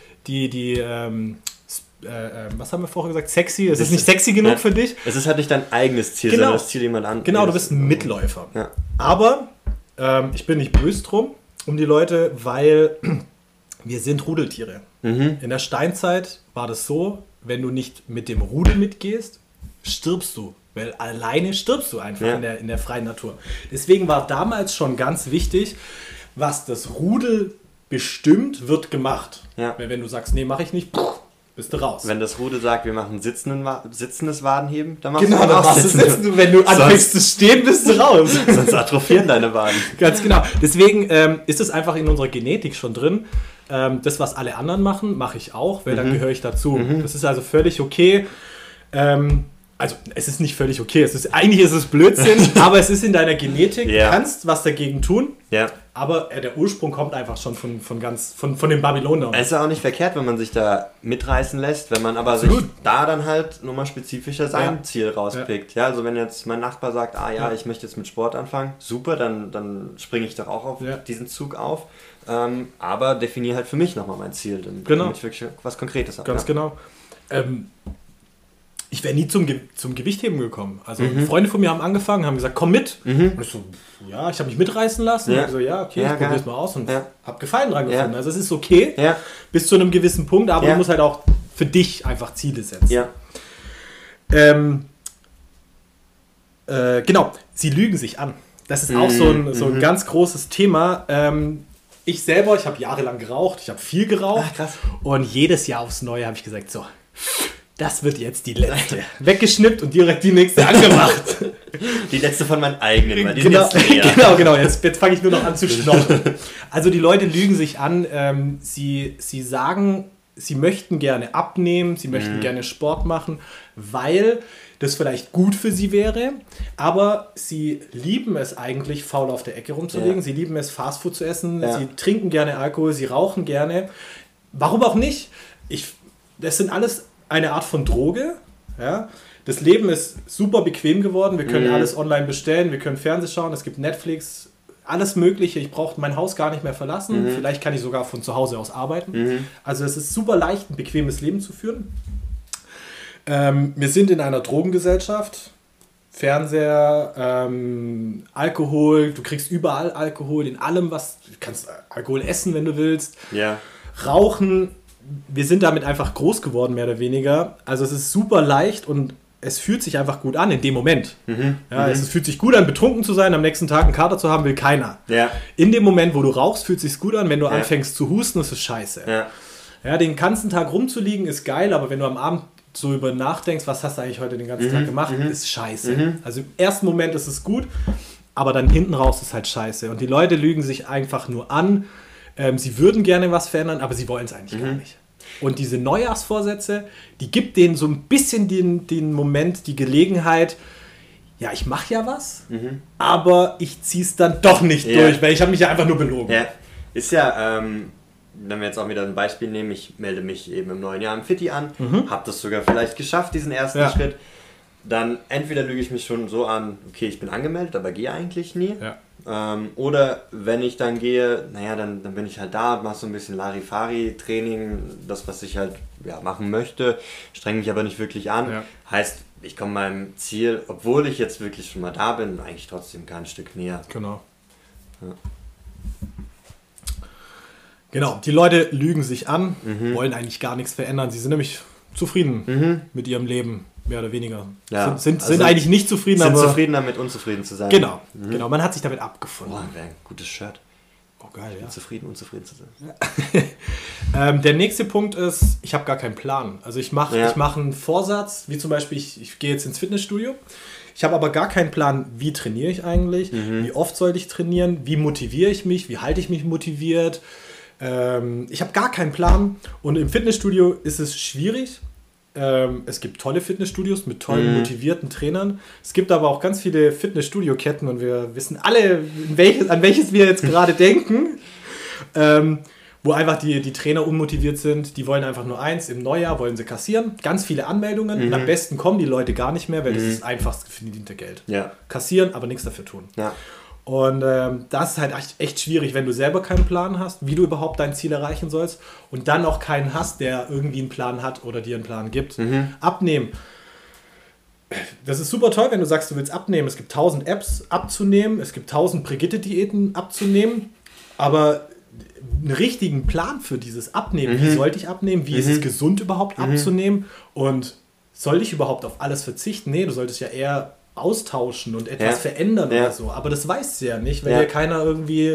was haben wir vorher gesagt? Sexy. Es ist nicht sexy genug für dich. Es ist halt nicht dein eigenes Ziel, sondern das Ziel jemand anderes. Genau, du bist ein Mitläufer. Ja. Aber ich bin nicht böse drum um die Leute, weil wir sind Rudeltiere. In der Steinzeit war das so, wenn du nicht mit dem Rudel mitgehst, stirbst du. Weil alleine stirbst du einfach in der freien Natur. Deswegen war damals schon ganz wichtig, was das Rudel bestimmt, wird gemacht. Ja. Wenn du sagst, nee, mache ich nicht, bist du raus. Wenn das Rude sagt, wir machen sitzendes Wadenheben, dann machst du auch sitzen. Wenn du anfängst zu stehen, bist du raus. Sonst atrophieren deine Waden. Ganz genau. Deswegen ist es einfach in unserer Genetik schon drin. Das, was alle anderen machen, mache ich auch, weil dann gehöre ich dazu. Das ist also völlig okay. Also es ist nicht völlig okay, eigentlich ist es Blödsinn, aber es ist in deiner Genetik, du kannst was dagegen tun, aber der Ursprung kommt einfach schon von den Babylonern. Es ist ja auch nicht verkehrt, wenn man sich da mitreißen lässt, wenn man aber sich da dann halt nochmal spezifischer sein Ziel rauspickt. Ja, also wenn jetzt mein Nachbar sagt, ich möchte jetzt mit Sport anfangen, super, dann springe ich doch auch auf diesen Zug auf, aber definiere halt für mich nochmal mein Ziel, damit ich wirklich was Konkretes habe. Ganz genau. Ich wäre nie zum Gewichtheben gekommen. Also Freunde von mir haben angefangen, haben gesagt, komm mit. Und ich so, ich habe mich mitreißen lassen. Und ich so, okay, ich probiere es mal aus und habe Gefallen dran gefunden. Also es ist okay, bis zu einem gewissen Punkt, aber du musst halt auch für dich einfach Ziele setzen. Ja. Genau, sie lügen sich an. Das ist auch so ein ganz großes Thema. Ich habe jahrelang geraucht, ich habe viel geraucht. Ach, krass. Und jedes Jahr aufs Neue habe ich gesagt, so, das wird jetzt die letzte. Weggeschnippt und direkt die nächste angemacht. Die letzte von meinen eigenen, weil die genau, genau. Jetzt fange ich nur noch an zu schnorren. Also die Leute lügen sich an, sie sagen, sie möchten gerne abnehmen, sie möchten gerne Sport machen, weil das vielleicht gut für sie wäre, aber sie lieben es eigentlich, faul auf der Ecke rumzulegen, sie lieben es, Fastfood zu essen, sie trinken gerne Alkohol, sie rauchen gerne. Warum auch nicht? Das sind alles eine Art von Droge. Ja? Das Leben ist super bequem geworden. Wir können alles online bestellen. Wir können Fernsehen schauen. Es gibt Netflix. Alles Mögliche. Ich brauche mein Haus gar nicht mehr verlassen. Vielleicht kann ich sogar von zu Hause aus arbeiten. Also es ist super leicht, ein bequemes Leben zu führen. Wir sind in einer Drogengesellschaft. Fernseher, Alkohol. Du kriegst überall Alkohol. In allem, du kannst Alkohol essen, wenn du willst. Ja. Rauchen. Wir sind damit einfach groß geworden, mehr oder weniger. Also es ist super leicht und es fühlt sich einfach gut an in dem Moment. Es fühlt sich gut an, betrunken zu sein, am nächsten Tag einen Kater zu haben, will keiner. Ja. In dem Moment, wo du rauchst, fühlt es sich gut an. Wenn du anfängst zu husten, ist es scheiße. Ja, den ganzen Tag rumzuliegen ist geil, aber wenn du am Abend so über nachdenkst, was hast du eigentlich heute den ganzen Tag gemacht, ist scheiße. Also im ersten Moment ist es gut, aber dann hinten raus ist halt scheiße. Und die Leute lügen sich einfach nur an. Sie würden gerne was verändern, aber sie wollen es eigentlich gar nicht. Und diese Neujahrsvorsätze, die gibt denen so ein bisschen den Moment, die Gelegenheit, ja, ich mache ja was, aber ich ziehe es dann doch nicht durch, weil ich habe mich ja einfach nur belogen. Ja, ist ja, wenn wir jetzt auch wieder ein Beispiel nehmen, ich melde mich eben im neuen Jahr im Fitti an, habe das sogar vielleicht geschafft, diesen ersten Schritt, dann entweder lüge ich mich schon so an, okay, ich bin angemeldet, aber gehe eigentlich nie. Ja. Oder wenn ich dann gehe, dann bin ich halt da, mache so ein bisschen Larifari-Training, das, was ich halt machen möchte, strenge mich aber nicht wirklich an. Ja. Heißt, ich komme meinem Ziel, obwohl ich jetzt wirklich schon mal da bin, eigentlich trotzdem kein Stück näher. Genau. Ja. Genau, die Leute lügen sich an, wollen eigentlich gar nichts verändern. Sie sind nämlich zufrieden mit ihrem Leben. Mehr oder weniger. Ja, sind eigentlich nicht zufrieden, aber... Sind zufrieden damit, unzufrieden zu sein. Genau, genau. Man hat sich damit abgefunden. Boah, wäre ein gutes Shirt. Oh, geil, ja. Zufrieden, unzufrieden zu sein. Ja. Der nächste Punkt ist, ich habe gar keinen Plan. Also ich mache einen Vorsatz, wie zum Beispiel, ich gehe jetzt ins Fitnessstudio. Ich habe aber gar keinen Plan, wie trainiere ich eigentlich, wie oft sollte ich trainieren, wie motiviere ich mich, wie halte ich mich motiviert. Ich habe gar keinen Plan und im Fitnessstudio ist es schwierig. Es gibt tolle Fitnessstudios mit tollen, motivierten Trainern. Es gibt aber auch ganz viele Fitnessstudio-Ketten und wir wissen alle, an welches wir jetzt gerade denken, wo einfach die Trainer unmotiviert sind. Die wollen einfach nur eins, im Neujahr wollen sie kassieren. Ganz viele Anmeldungen und am besten kommen die Leute gar nicht mehr, weil das ist das einfachste verdiente Geld. Ja. Kassieren, aber nichts dafür tun. Ja. Und das ist halt echt schwierig, wenn du selber keinen Plan hast, wie du überhaupt dein Ziel erreichen sollst und dann auch keinen hast, der irgendwie einen Plan hat oder dir einen Plan gibt. Abnehmen. Das ist super toll, wenn du sagst, du willst abnehmen. Es gibt 1000 Apps abzunehmen, es gibt 1000 Brigitte-Diäten abzunehmen, aber einen richtigen Plan für dieses Abnehmen, wie sollte ich abnehmen, wie ist es gesund überhaupt abzunehmen und soll ich überhaupt auf alles verzichten? Nee, du solltest ja eher austauschen und etwas verändern oder so. Aber das weißt du ja nicht, weil dir keiner irgendwie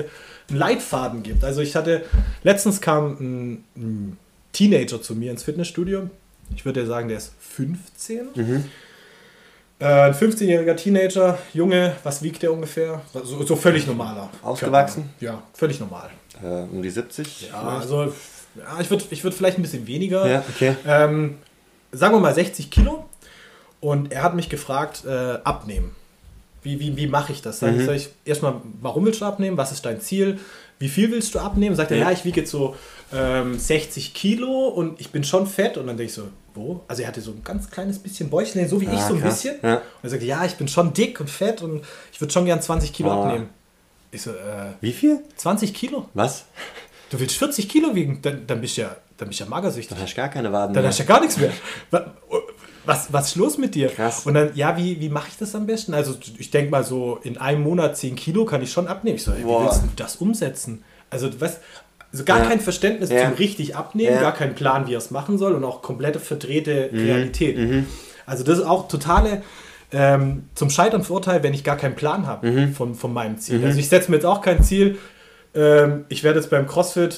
einen Leitfaden gibt. Also letztens kam ein Teenager zu mir ins Fitnessstudio. Ich würde sagen, der ist 15. Ein 15-jähriger Teenager, Junge, was wiegt der ungefähr? So völlig normaler. Ausgewachsen? Ja, völlig normal. Um die 70? Ja, also ich würd vielleicht ein bisschen weniger. Ja, okay. Sagen wir mal 60 Kilo. Und er hat mich gefragt, abnehmen. Wie mache ich das? Sag ich erstmal, warum willst du abnehmen? Was ist dein Ziel? Wie viel willst du abnehmen? Sagt er, ja, ich wiege jetzt so 60 Kilo und ich bin schon fett. Und dann denke ich so, wo? Also er hatte so ein ganz kleines bisschen Bäuchlein, so wie ich so ein bisschen. Ja. Und er sagte, ja, ich bin schon dick und fett und ich würde schon gern 20 Kilo abnehmen. Ich so, wie viel? 20 Kilo. Was? Du willst 40 Kilo wiegen? Dann bist du ja magersüchtig. Dann hast du gar keine Waden mehr. Dann hast du ja gar nichts mehr. Was ist los mit dir? Krass. Und dann, ja, wie mache ich das am besten? Also ich denke mal so, in einem Monat 10 Kilo kann ich schon abnehmen. Ich so, ey, wie willst du das umsetzen? Also gar kein Verständnis zum richtig abnehmen, gar kein Plan, wie er es machen soll und auch komplette verdrehte Realität. Also das ist auch totale zum Scheitern Vorteil, wenn ich gar keinen Plan habe von meinem Ziel. Also ich setze mir jetzt auch kein Ziel. Ich werde jetzt beim CrossFit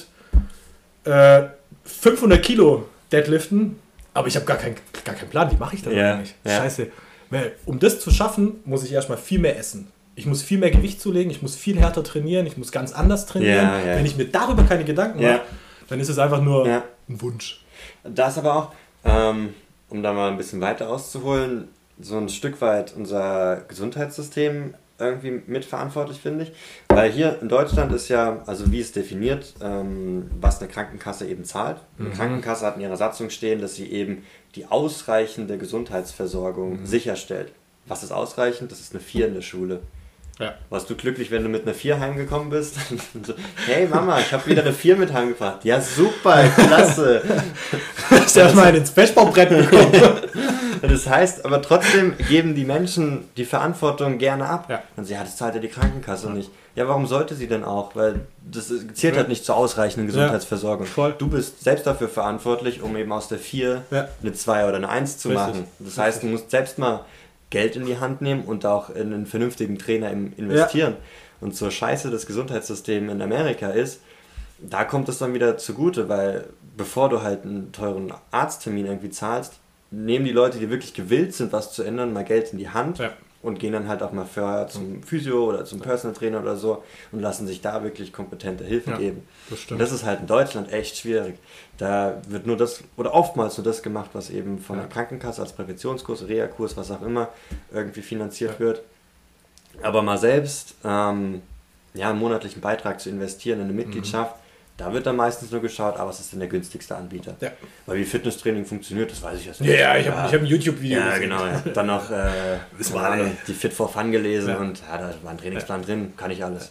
500 Kilo deadliften, aber ich habe gar keinen Plan. Wie mache ich das eigentlich? Scheiße. Weil, um das zu schaffen, muss ich erstmal viel mehr essen. Ich muss viel mehr Gewicht zulegen, ich muss viel härter trainieren, ich muss ganz anders trainieren. Wenn ich mir darüber keine Gedanken mache, dann ist es einfach nur ein Wunsch. Da ist aber auch, um da mal ein bisschen weiter auszuholen, so ein Stück weit unser Gesundheitssystem irgendwie mitverantwortlich, finde ich. Weil hier in Deutschland ist ja, also wie es definiert, was eine Krankenkasse eben zahlt. Eine Krankenkasse hat in ihrer Satzung stehen, dass sie eben die ausreichende Gesundheitsversorgung sicherstellt. Was ist ausreichend? Das ist eine 4 in der Schule. Ja. Warst du glücklich, wenn du mit einer 4 heimgekommen bist? So, hey Mama, ich habe wieder eine 4 mit heimgebracht. Ja, super, klasse. Ich habe mal ins Pechbaumbrett bekommen. Das heißt, aber trotzdem geben die Menschen die Verantwortung gerne ab. Ja. Und sie, das zahlt ja die Krankenkasse nicht. Ja, warum sollte sie denn auch? Weil das zählt halt nicht zur ausreichenden Gesundheitsversorgung. Voll. Du bist selbst dafür verantwortlich, um eben aus der 4 eine 2 oder eine 1 zu machen. Das heißt, du musst selbst mal Geld in die Hand nehmen und auch in einen vernünftigen Trainer investieren. Ja. Und so scheiße das Gesundheitssystem in Amerika ist, da kommt es dann wieder zugute, weil bevor du halt einen teuren Arzttermin irgendwie zahlst, nehmen die Leute, die wirklich gewillt sind, was zu ändern, mal Geld in die Hand und gehen dann halt auch mal zum Physio oder zum Personal Trainer oder so und lassen sich da wirklich kompetente Hilfe geben. Und das ist halt in Deutschland echt schwierig. Da wird nur das, oder oftmals nur das gemacht, was eben von der Krankenkasse als Präventionskurs, Reha-Kurs, was auch immer, irgendwie finanziert wird. Aber mal selbst einen monatlichen Beitrag zu investieren in eine Mitgliedschaft, da wird dann meistens nur geschaut, was ist denn der günstigste Anbieter. Ja. Weil wie Fitnesstraining funktioniert, das weiß ich jetzt nicht. Ja, ich hab ein YouTube-Video gesehen. Genau. Ja. Dann noch die Fit for Fun gelesen und da war ein Trainingsplan drin, kann ich alles.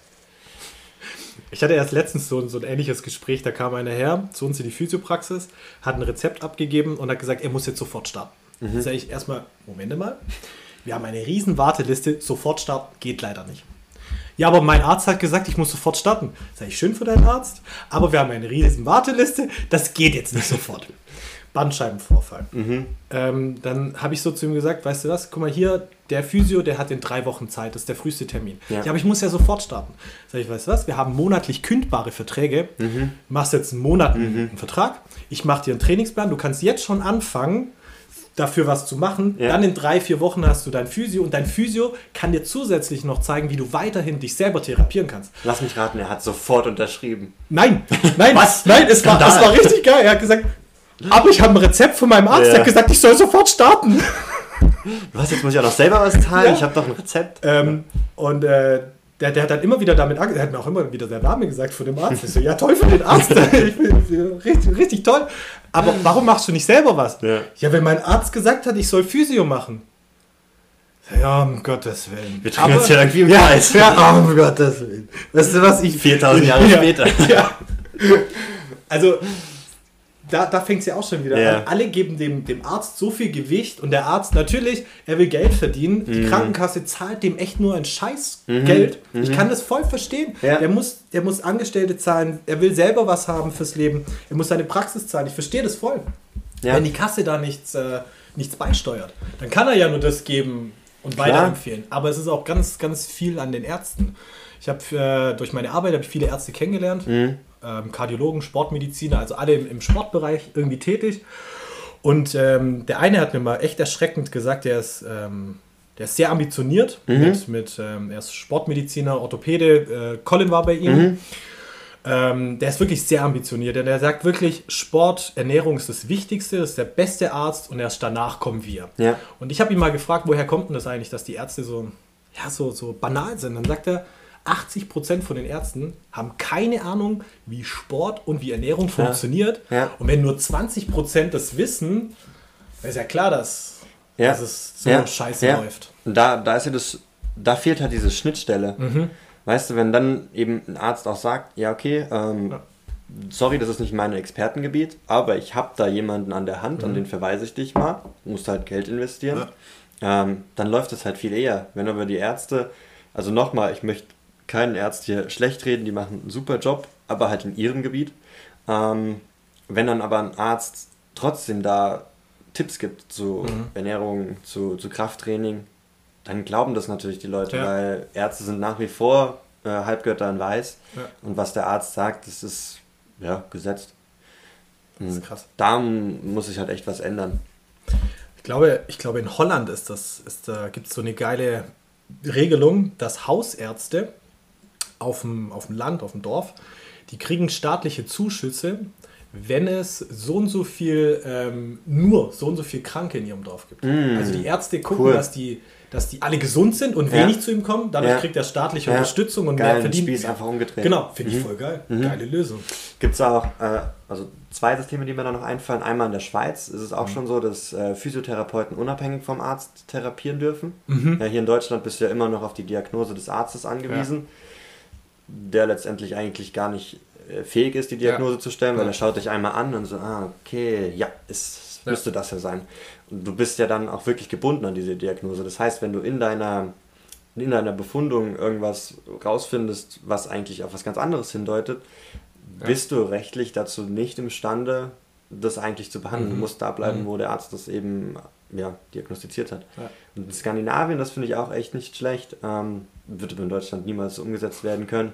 Ich hatte erst letztens so ein ähnliches Gespräch, da kam einer her zu uns in die Physiopraxis, hat ein Rezept abgegeben und hat gesagt, er muss jetzt sofort starten. Da sage ich erstmal, Moment mal, wir haben eine riesen Warteliste, sofort starten geht leider nicht. Ja, aber mein Arzt hat gesagt, ich muss sofort starten. Sag ich, schön für deinen Arzt, aber wir haben eine riesen Warteliste, das geht jetzt nicht sofort. Bandscheibenvorfall. Dann habe ich so zu ihm gesagt, weißt du was, guck mal hier, der Physio, der hat in 3 Wochen Zeit, das ist der früheste Termin. Ja, aber ich muss ja sofort starten. Sag ich, weißt du was, wir haben monatlich kündbare Verträge, machst jetzt einen Monat einen Vertrag, ich mache dir einen Trainingsplan, du kannst jetzt schon anfangen, dafür was zu machen, dann in 3-4 Wochen hast du dein Physio und dein Physio kann dir zusätzlich noch zeigen, wie du weiterhin dich selber therapieren kannst. Lass mich raten, er hat sofort unterschrieben. Nein, was? Nein, es war richtig geil. Er hat gesagt, aber ich habe ein Rezept von meinem Arzt, der hat gesagt, ich soll sofort starten. Was, jetzt muss ich auch noch selber was zahlen? Ich habe doch ein Rezept. Der hat dann immer wieder damit angefangen, der hat mir auch immer wieder der Name gesagt von dem Arzt. Ich so, ja toll für den Arzt, richtig, richtig toll. Aber warum machst du nicht selber was? Ja, wenn mein Arzt gesagt hat, ich soll Physio machen. Ja, um Gottes Willen. Wir trinken jetzt ja irgendwie im Kreis. Ja, um Gottes Willen. Weißt du was, 4000 Jahre später. Ja. Also, da fängt es ja auch schon wieder an. Alle geben dem Arzt so viel Gewicht und der Arzt natürlich, er will Geld verdienen. Die Krankenkasse zahlt dem echt nur ein Scheißgeld. Ich kann das voll verstehen. Ja. Der muss Angestellte zahlen, er will selber was haben fürs Leben, er muss seine Praxis zahlen. Ich verstehe das voll. Ja. Wenn die Kasse da nichts beisteuert, dann kann er ja nur das geben und weiterempfehlen. Aber es ist auch ganz, ganz viel an den Ärzten. Ich habe durch meine Arbeit habe ich viele Ärzte kennengelernt, Kardiologen, Sportmediziner, also alle im Sportbereich irgendwie tätig. Und der eine hat mir mal echt erschreckend gesagt, der ist sehr ambitioniert, er ist Sportmediziner, Orthopäde, Colin war bei ihm. Der ist wirklich sehr ambitioniert, denn er sagt wirklich, Sport, Ernährung ist das Wichtigste, das ist der beste Arzt und erst danach kommen wir. Ja. Und ich habe ihn mal gefragt, woher kommt denn das eigentlich, dass die Ärzte so banal sind. Dann sagt er, 80% von den Ärzten haben keine Ahnung, wie Sport und wie Ernährung funktioniert. Ja. Und wenn nur 20% das wissen, dann ist ja klar, dass es so scheiße läuft. Und da fehlt halt diese Schnittstelle. Weißt du, wenn dann eben ein Arzt auch sagt, ja okay, sorry, das ist nicht mein Expertengebiet, aber ich habe da jemanden an der Hand, an den verweise ich dich mal, du musst halt Geld investieren, dann läuft es halt viel eher. Wenn aber die Ärzte, also nochmal, ich möchte keinen Arzt hier schlecht reden, die machen einen super Job, aber halt in ihrem Gebiet. Wenn dann aber ein Arzt trotzdem da Tipps gibt zu Ernährung, zu Krafttraining, dann glauben das natürlich die Leute, weil Ärzte sind nach wie vor Halbgötter in Weiß. Ja. Und was der Arzt sagt, das ist gesetzt. Das ist krass. Da muss sich halt echt was ändern. Ich glaube in Holland gibt es so eine geile Regelung, dass Hausärzte auf dem Land, auf dem Dorf, die kriegen staatliche Zuschüsse, wenn es so und so viel Kranke in ihrem Dorf gibt. Also die Ärzte gucken, dass die alle gesund sind und wenig zu ihm kommen. Dadurch kriegt er staatliche Unterstützung und mehr verdient. Spieß einfach umgedreht. Genau, finde ich voll geil. Geile Lösung. Gibt es auch zwei Systeme, die mir da noch einfallen. Einmal in der Schweiz ist es auch schon so, dass Physiotherapeuten unabhängig vom Arzt therapieren dürfen. Ja, hier in Deutschland bist du ja immer noch auf die Diagnose des Arztes angewiesen, der letztendlich eigentlich gar nicht fähig ist, die Diagnose zu stellen, weil er schaut dich einmal an und so, okay, es müsste das ja sein. Und du bist ja dann auch wirklich gebunden an diese Diagnose. Das heißt, wenn du in deiner Befundung irgendwas rausfindest, was eigentlich auf was ganz anderes hindeutet, bist du rechtlich dazu nicht imstande, das eigentlich zu behandeln. Du musst da bleiben, wo der Arzt das eben diagnostiziert hat. Ja. Und in Skandinavien, das finde ich auch echt nicht schlecht, wird aber in Deutschland niemals umgesetzt werden können.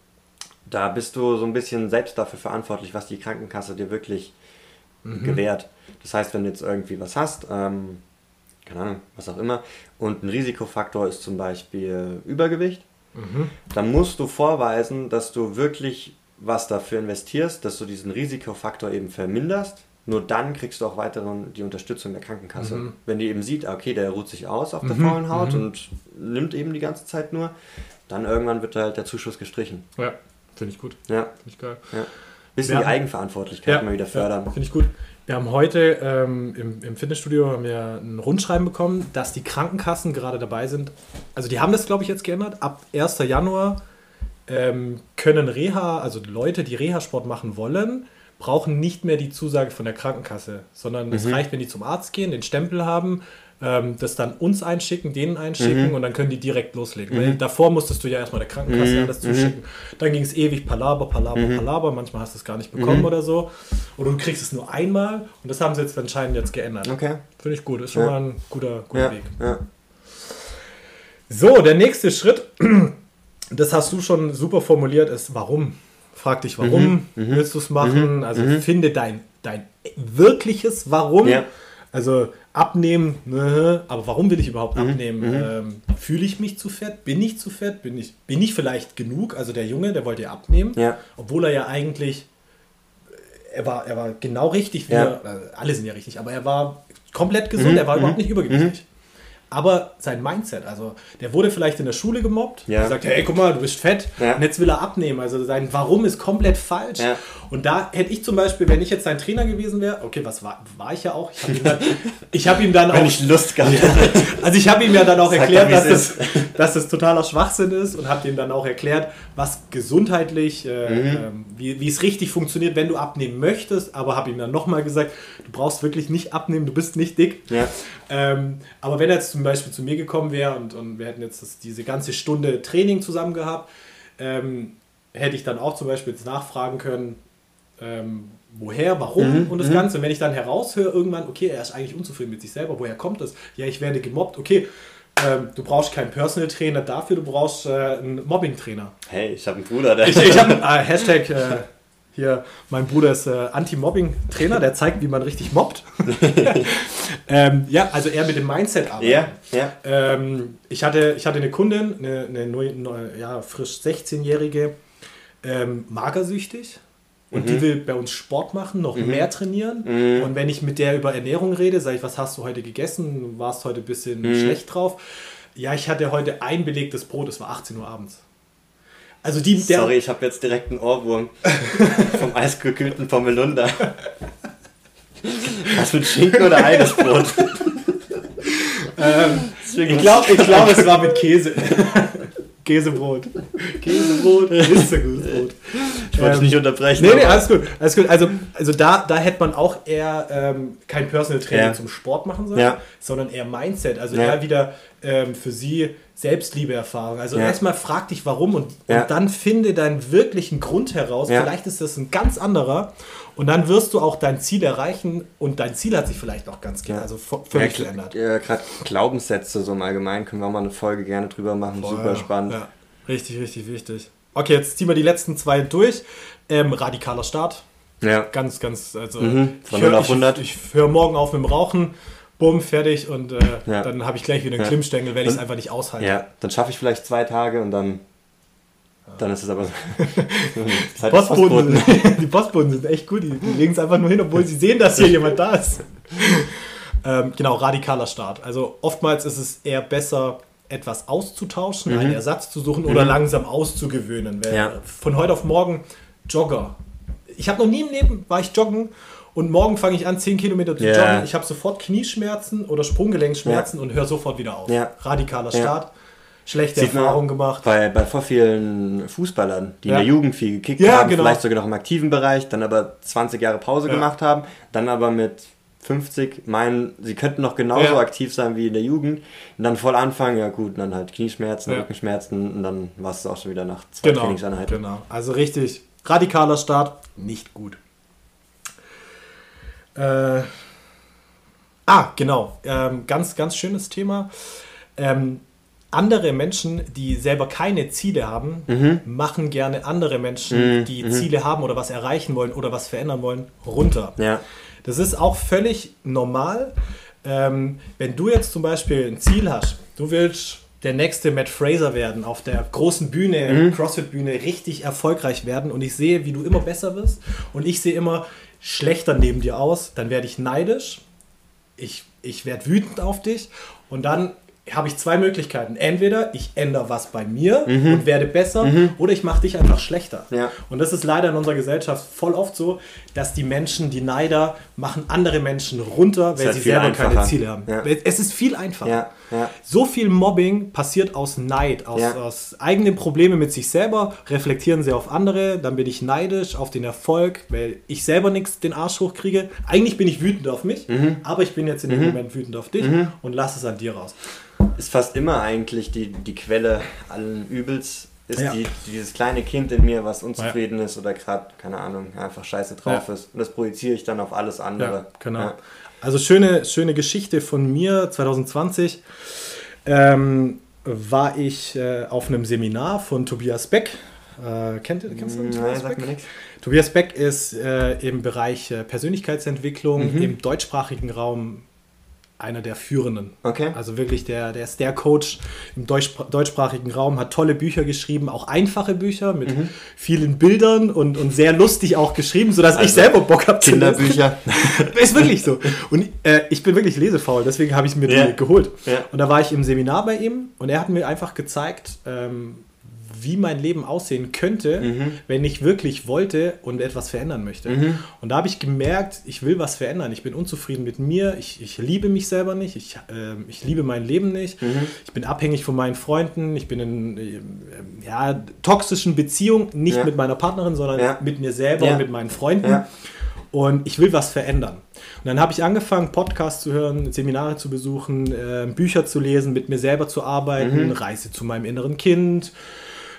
Da bist du so ein bisschen selbst dafür verantwortlich, was die Krankenkasse dir wirklich gewährt. Das heißt, wenn du jetzt irgendwie was hast, keine Ahnung, was auch immer, und ein Risikofaktor ist zum Beispiel Übergewicht, dann musst du vorweisen, dass du wirklich was dafür investierst, dass du diesen Risikofaktor eben verminderst. Nur dann kriegst du auch weiterhin die Unterstützung der Krankenkasse. Wenn die eben sieht, okay, der ruht sich aus auf der faulen Haut und nimmt eben die ganze Zeit nur, dann irgendwann wird halt der Zuschuss gestrichen. Ja. Finde ich gut. Ja. Finde ich geil. Ja. Bisschen die Eigenverantwortlichkeit mal wieder fördern. Finde ich gut. Wir haben heute im Fitnessstudio ein Rundschreiben bekommen, dass die Krankenkassen gerade dabei sind. Also die haben das, glaube ich, jetzt geändert. Ab 1. Januar können also Leute, die Reha-Sport machen wollen, brauchen nicht mehr die Zusage von der Krankenkasse, sondern es reicht, wenn die zum Arzt gehen, den Stempel haben, das dann uns einschicken, denen einschicken und dann können die direkt loslegen. Weil davor musstest du ja erstmal der Krankenkasse alles zuschicken. Dann ging es ewig Palaber. Manchmal hast du es gar nicht bekommen oder so. Oder du kriegst es nur einmal und das haben sie jetzt anscheinend geändert. Okay. Finde ich gut. Ist schon mal ein guter Weg. Ja. So, der nächste Schritt, das hast du schon super formuliert, ist warum. Frag dich, warum willst du es machen? Also finde dein wirkliches Warum. Ja. Also abnehmen, aber warum will ich überhaupt abnehmen? Fühle ich mich zu fett? Bin ich zu fett? Bin ich vielleicht genug? Also der Junge, der wollte ja abnehmen, obwohl er ja eigentlich, er war genau richtig, alle sind ja richtig, aber er war komplett gesund, er war überhaupt nicht übergewichtig. Aber sein Mindset, also der wurde vielleicht in der Schule gemobbt, der sagt, hey, guck mal, du bist fett und jetzt will er abnehmen. Also sein Warum ist komplett falsch. Ja. Und da hätte ich zum Beispiel, wenn ich jetzt sein Trainer gewesen wäre, okay, was war ich ja auch, ich habe ihm dann auch... Wenn ich Lust gehabt hätte. Also ich habe ihm ja dann auch erklärt, dass das totaler Schwachsinn ist und habe ihm dann auch erklärt, was gesundheitlich, wie es richtig funktioniert, wenn du abnehmen möchtest, aber habe ihm dann nochmal gesagt, du brauchst wirklich nicht abnehmen, du bist nicht dick. Ja. Aber wenn er jetzt zum Beispiel zu mir gekommen wäre und wir hätten jetzt diese ganze Stunde Training zusammen gehabt, hätte ich dann auch zum Beispiel jetzt nachfragen können, woher, warum und das Ganze. Und wenn ich dann heraushöre irgendwann, okay, er ist eigentlich unzufrieden mit sich selber, woher kommt das? Ja, ich werde gemobbt, okay, du brauchst keinen Personal Trainer dafür, du brauchst einen Mobbing-Trainer. Hey, ich habe einen Bruder, der... Ich habe Hashtag... Hier, mein Bruder ist Anti-Mobbing-Trainer, der zeigt, wie man richtig mobbt. Ja, also eher mit dem Mindset arbeiten. Ja. Ich hatte eine Kundin, eine frisch 16-jährige, magersüchtig. Und die will bei uns Sport machen, noch mehr trainieren. Und wenn ich mit der über Ernährung rede, sage ich, was hast du heute gegessen? Du warst heute ein bisschen schlecht drauf. Ja, ich hatte heute ein belegtes Brot, es war 18 Uhr abends. Also Sorry, ich habe jetzt direkt einen Ohrwurm vom eisgekühlten Pommelunder. Was mit Schinken oder Ei, das Brot? Ich glaube, es war mit Käse. Käsebrot. Käsebrot ist ein gutes Brot. Ich wollte dich nicht unterbrechen. Nee, alles gut. Also da hätte man auch eher kein Personal Training zum Sport machen sollen, sondern eher Mindset. Also eher wieder für sie Selbstliebeerfahrung. Also erstmal frag dich, warum und dann finde deinen wirklichen Grund heraus. Vielleicht ist das ein ganz anderer und dann wirst du auch dein Ziel erreichen und dein Ziel hat sich vielleicht auch ganz völlig verändert. Gerade Glaubenssätze so im Allgemeinen können wir auch mal eine Folge gerne drüber machen. Super spannend. Ja. Richtig, richtig wichtig. Okay, jetzt ziehen wir die letzten 2 durch. Radikaler Start. Ja. Ganz, also von 0 auf 100. Ich höre morgen auf mit dem Rauchen. Bumm, fertig und dann habe ich gleich wieder einen Klimmstängel, weil ich es einfach nicht aushalte. Ja, dann schaffe ich vielleicht 2 Tage und dann ist es aber so. Die Postboten sind echt gut, die legen es einfach nur hin, obwohl sie sehen, dass hier jemand da ist. Genau, radikaler Start. Also oftmals ist es eher besser, etwas auszutauschen, einen Ersatz zu suchen oder langsam auszugewöhnen. Von heute auf morgen Jogger. Ich habe noch nie im Leben, war ich joggen und morgen fange ich an, 10 Kilometer zu joggen. Ich habe sofort Knieschmerzen oder Sprunggelenkschmerzen und höre sofort wieder auf. Radikaler Start. Schlechte Erfahrung gemacht. Bei vor vielen Fußballern, die in der Jugend viel gekickt haben, vielleicht sogar noch im aktiven Bereich, dann aber 20 Jahre Pause gemacht haben, dann aber mit 50 meinen, sie könnten noch genauso aktiv sein wie in der Jugend und dann voll anfangen, dann halt Knieschmerzen, Rückenschmerzen und dann war es auch schon wieder nach 2 Trainingseinheiten. Genau, also richtig radikaler Start, nicht gut. Ganz, ganz schönes Thema. Andere Menschen, die selber keine Ziele haben, machen gerne andere Menschen, die Ziele haben oder was erreichen wollen oder was verändern wollen, runter. Ja. Das ist auch völlig normal. Wenn du jetzt zum Beispiel ein Ziel hast, du willst der nächste Matt Fraser werden, auf der großen Bühne, CrossFit-Bühne, richtig erfolgreich werden und ich sehe, wie du immer besser wirst und ich sehe immer schlechter neben dir aus, dann werde ich neidisch, ich werde wütend auf dich und dann habe ich 2 Möglichkeiten. Entweder ich ändere was bei mir und werde besser oder ich mache dich einfach schlechter. Ja. Und das ist leider in unserer Gesellschaft voll oft so, dass die Menschen, die Neider, machen andere Menschen runter, weil sie selber keine Ziele haben. Ja. Es ist viel einfacher. Ja. Ja. So viel Mobbing passiert aus Neid, aus eigenen Problemen mit sich selber, reflektieren sie auf andere, dann bin ich neidisch auf den Erfolg, weil ich selber nichts den Arsch hochkriege. Eigentlich bin ich wütend auf mich, aber ich bin jetzt in dem Moment wütend auf dich und lasse es an dir raus. Ist fast immer eigentlich die Quelle allen Übels, ist dieses kleine Kind in mir, was unzufrieden ist oder gerade, keine Ahnung, einfach scheiße drauf ist. Und das projiziere ich dann auf alles andere. Ja, genau. Ja. Also schöne Geschichte von mir, 2020 war ich auf einem Seminar von Tobias Beck. Kennst du Tobias Beck? Sagt mir nichts. Tobias Beck ist im Bereich Persönlichkeitsentwicklung im deutschsprachigen Raum einer der Führenden. Okay. Also wirklich, der ist der Coach im deutschsprachigen Raum, hat tolle Bücher geschrieben, auch einfache Bücher mit vielen Bildern und sehr lustig auch geschrieben, sodass ich selber Bock habe zu lesen. Kinderbücher. Ist wirklich so. Und ich bin wirklich lesefaul, deswegen habe ich mir die geholt. Ja. Und da war ich im Seminar bei ihm und er hat mir einfach gezeigt, wie mein Leben aussehen könnte, wenn ich wirklich wollte und etwas verändern möchte. Und da habe ich gemerkt, ich will was verändern. Ich bin unzufrieden mit mir. Ich liebe mich selber nicht. Ich liebe mein Leben nicht. Ich bin abhängig von meinen Freunden. Ich bin in toxischen Beziehungen, nicht mit meiner Partnerin, sondern mit mir selber und mit meinen Freunden. Ja. Und ich will was verändern. Und dann habe ich angefangen, Podcasts zu hören, Seminare zu besuchen, Bücher zu lesen, mit mir selber zu arbeiten, Reise zu meinem inneren Kind,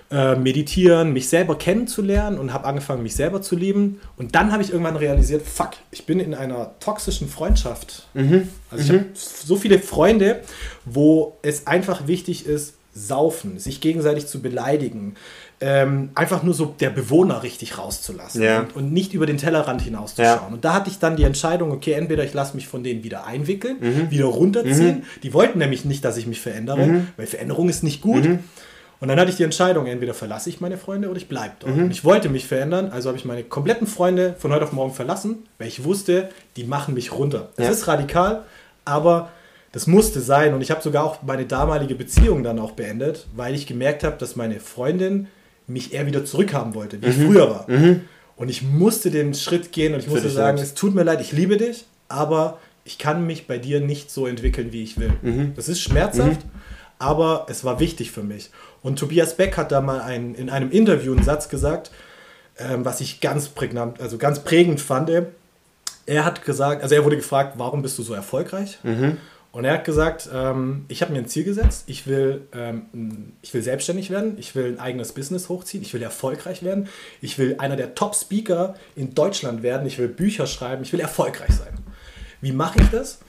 meditieren, mich selber kennenzulernen und habe angefangen, mich selber zu lieben. Und dann habe ich irgendwann realisiert, fuck, ich bin in einer toxischen Freundschaft. Also ich habe so viele Freunde, wo es einfach wichtig ist, saufen, sich gegenseitig zu beleidigen, einfach nur so der Bewohner richtig rauszulassen und nicht über den Tellerrand hinauszuschauen. Ja. Und da hatte ich dann die Entscheidung, okay, entweder ich lasse mich von denen wieder einwickeln, wieder runterziehen. Die wollten nämlich nicht, dass ich mich verändere, weil Veränderung ist nicht gut. Und dann hatte ich die Entscheidung, entweder verlasse ich meine Freunde oder ich bleibe dort. Und ich wollte mich verändern, also habe ich meine kompletten Freunde von heute auf morgen verlassen, weil ich wusste, die machen mich runter. Es ist radikal, aber das musste sein. Und ich habe sogar auch meine damalige Beziehung dann auch beendet, weil ich gemerkt habe, dass meine Freundin mich eher wieder zurückhaben wollte, wie ich früher war. Und ich musste den Schritt gehen und ich musste sagen, es tut mir leid, ich liebe dich, aber ich kann mich bei dir nicht so entwickeln, wie ich will. Das ist schmerzhaft, aber es war wichtig für mich. Und Tobias Beck hat da mal in einem Interview einen Satz gesagt, was ich ganz prägnant, also ganz prägend fand. Er hat gesagt, also er wurde gefragt, warum bist du so erfolgreich? Und er hat gesagt, ich habe mir ein Ziel gesetzt, ich will selbstständig werden, ich will ein eigenes Business hochziehen, ich will erfolgreich werden, ich will einer der Top-Speaker in Deutschland werden, ich will Bücher schreiben, ich will erfolgreich sein. Wie mache ich das?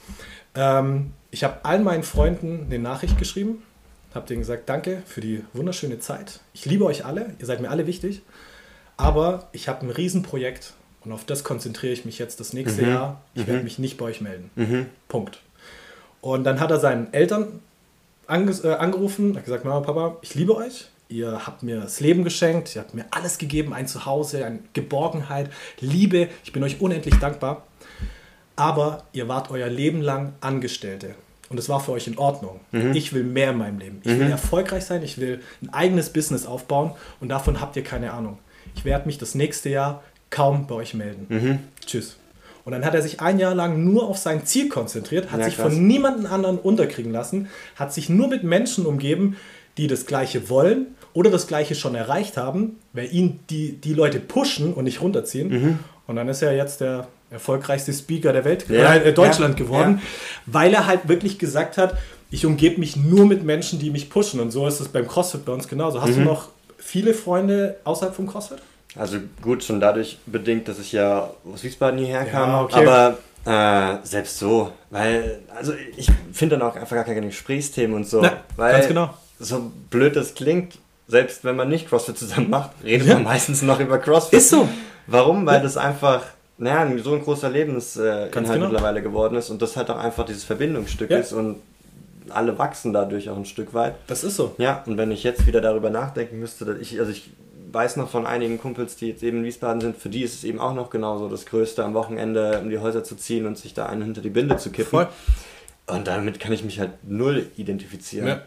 Ich habe allen meinen Freunden eine Nachricht geschrieben, habe denen gesagt, danke für die wunderschöne Zeit, ich liebe euch alle, ihr seid mir alle wichtig, aber ich habe ein Riesenprojekt und auf das konzentriere ich mich jetzt das nächste Jahr, ich werde mich nicht bei euch melden. Punkt. Und dann hat er seinen Eltern angerufen, hat gesagt, Mama, Papa, ich liebe euch, ihr habt mir das Leben geschenkt, ihr habt mir alles gegeben, ein Zuhause, eine Geborgenheit, Liebe, ich bin euch unendlich dankbar, aber ihr wart euer Leben lang Angestellte und es war für euch in Ordnung. Ich will mehr in meinem Leben, ich will erfolgreich sein, ich will ein eigenes Business aufbauen und davon habt ihr keine Ahnung. Ich werde mich das nächste Jahr kaum bei euch melden. Tschüss. Und dann hat er sich ein Jahr lang nur auf sein Ziel konzentriert, hat sich von niemandem anderen unterkriegen lassen, hat sich nur mit Menschen umgeben, die das Gleiche wollen oder das Gleiche schon erreicht haben, weil ihn die Leute pushen und nicht runterziehen. Und dann ist er jetzt der erfolgreichste Speaker der Welt, Deutschland geworden, weil er halt wirklich gesagt hat, ich umgebe mich nur mit Menschen, die mich pushen. Und so ist es beim CrossFit bei uns genauso. Hast du noch viele Freunde außerhalb vom CrossFit? Also gut, schon dadurch bedingt, dass ich ja aus Wiesbaden hierher kam, aber selbst so, weil, also ich finde dann auch einfach gar keine Gesprächsthemen und so, weil ganz genau. So blöd das klingt, selbst wenn man nicht CrossFit zusammen macht, redet man meistens noch über CrossFit. Ist so. Warum? Weil das einfach, so ein großer Lebensinhalt mittlerweile geworden ist und das halt auch einfach dieses Verbindungsstück ist und alle wachsen dadurch auch ein Stück weit. Das ist so. Ja, und wenn ich jetzt wieder darüber nachdenken müsste, dass ich weiß noch von einigen Kumpels, die jetzt eben in Wiesbaden sind, für die ist es eben auch noch genauso das Größte, am Wochenende um die Häuser zu ziehen und sich da einen hinter die Binde zu kippen. Voll. Und damit kann ich mich halt null identifizieren.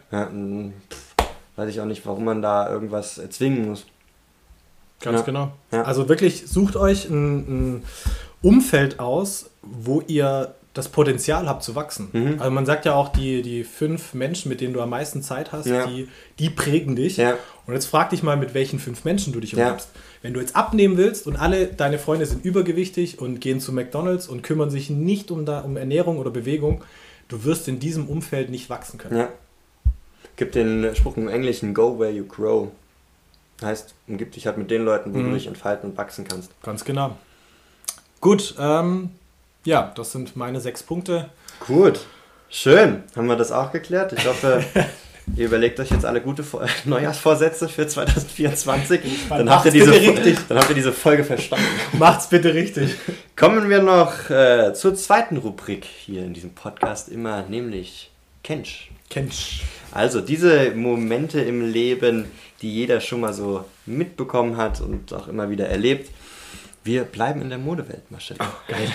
Weiß ich auch nicht, warum man da irgendwas erzwingen muss. Ganz genau. Ja. Also wirklich, sucht euch ein Umfeld aus, wo ihr das Potenzial habt zu wachsen. Also man sagt ja auch, die 5 Menschen, mit denen du am meisten Zeit hast, die prägen dich. Ja. Und jetzt frag dich mal, mit welchen 5 Menschen du dich umgibst. Wenn du jetzt abnehmen willst und alle deine Freunde sind übergewichtig und gehen zu McDonald's und kümmern sich nicht um Ernährung oder Bewegung, du wirst in diesem Umfeld nicht wachsen können. Ja. Gibt den Spruch im Englischen, go where you grow. Heißt, umgib dich halt mit den Leuten, wo du dich entfalten und wachsen kannst. Ganz genau. Gut, das sind meine 6 Punkte. Gut, schön. Haben wir das auch geklärt? Ich hoffe, ihr überlegt euch jetzt alle gute Neujahrsvorsätze für 2024. Dann habt ihr diese Folge verstanden. Macht's bitte richtig. Kommen wir noch zur zweiten Rubrik hier in diesem Podcast immer, nämlich Kensch. Also diese Momente im Leben, die jeder schon mal so mitbekommen hat und auch immer wieder erlebt. Wir bleiben in der Modewelt, Marcel. Oh, geil.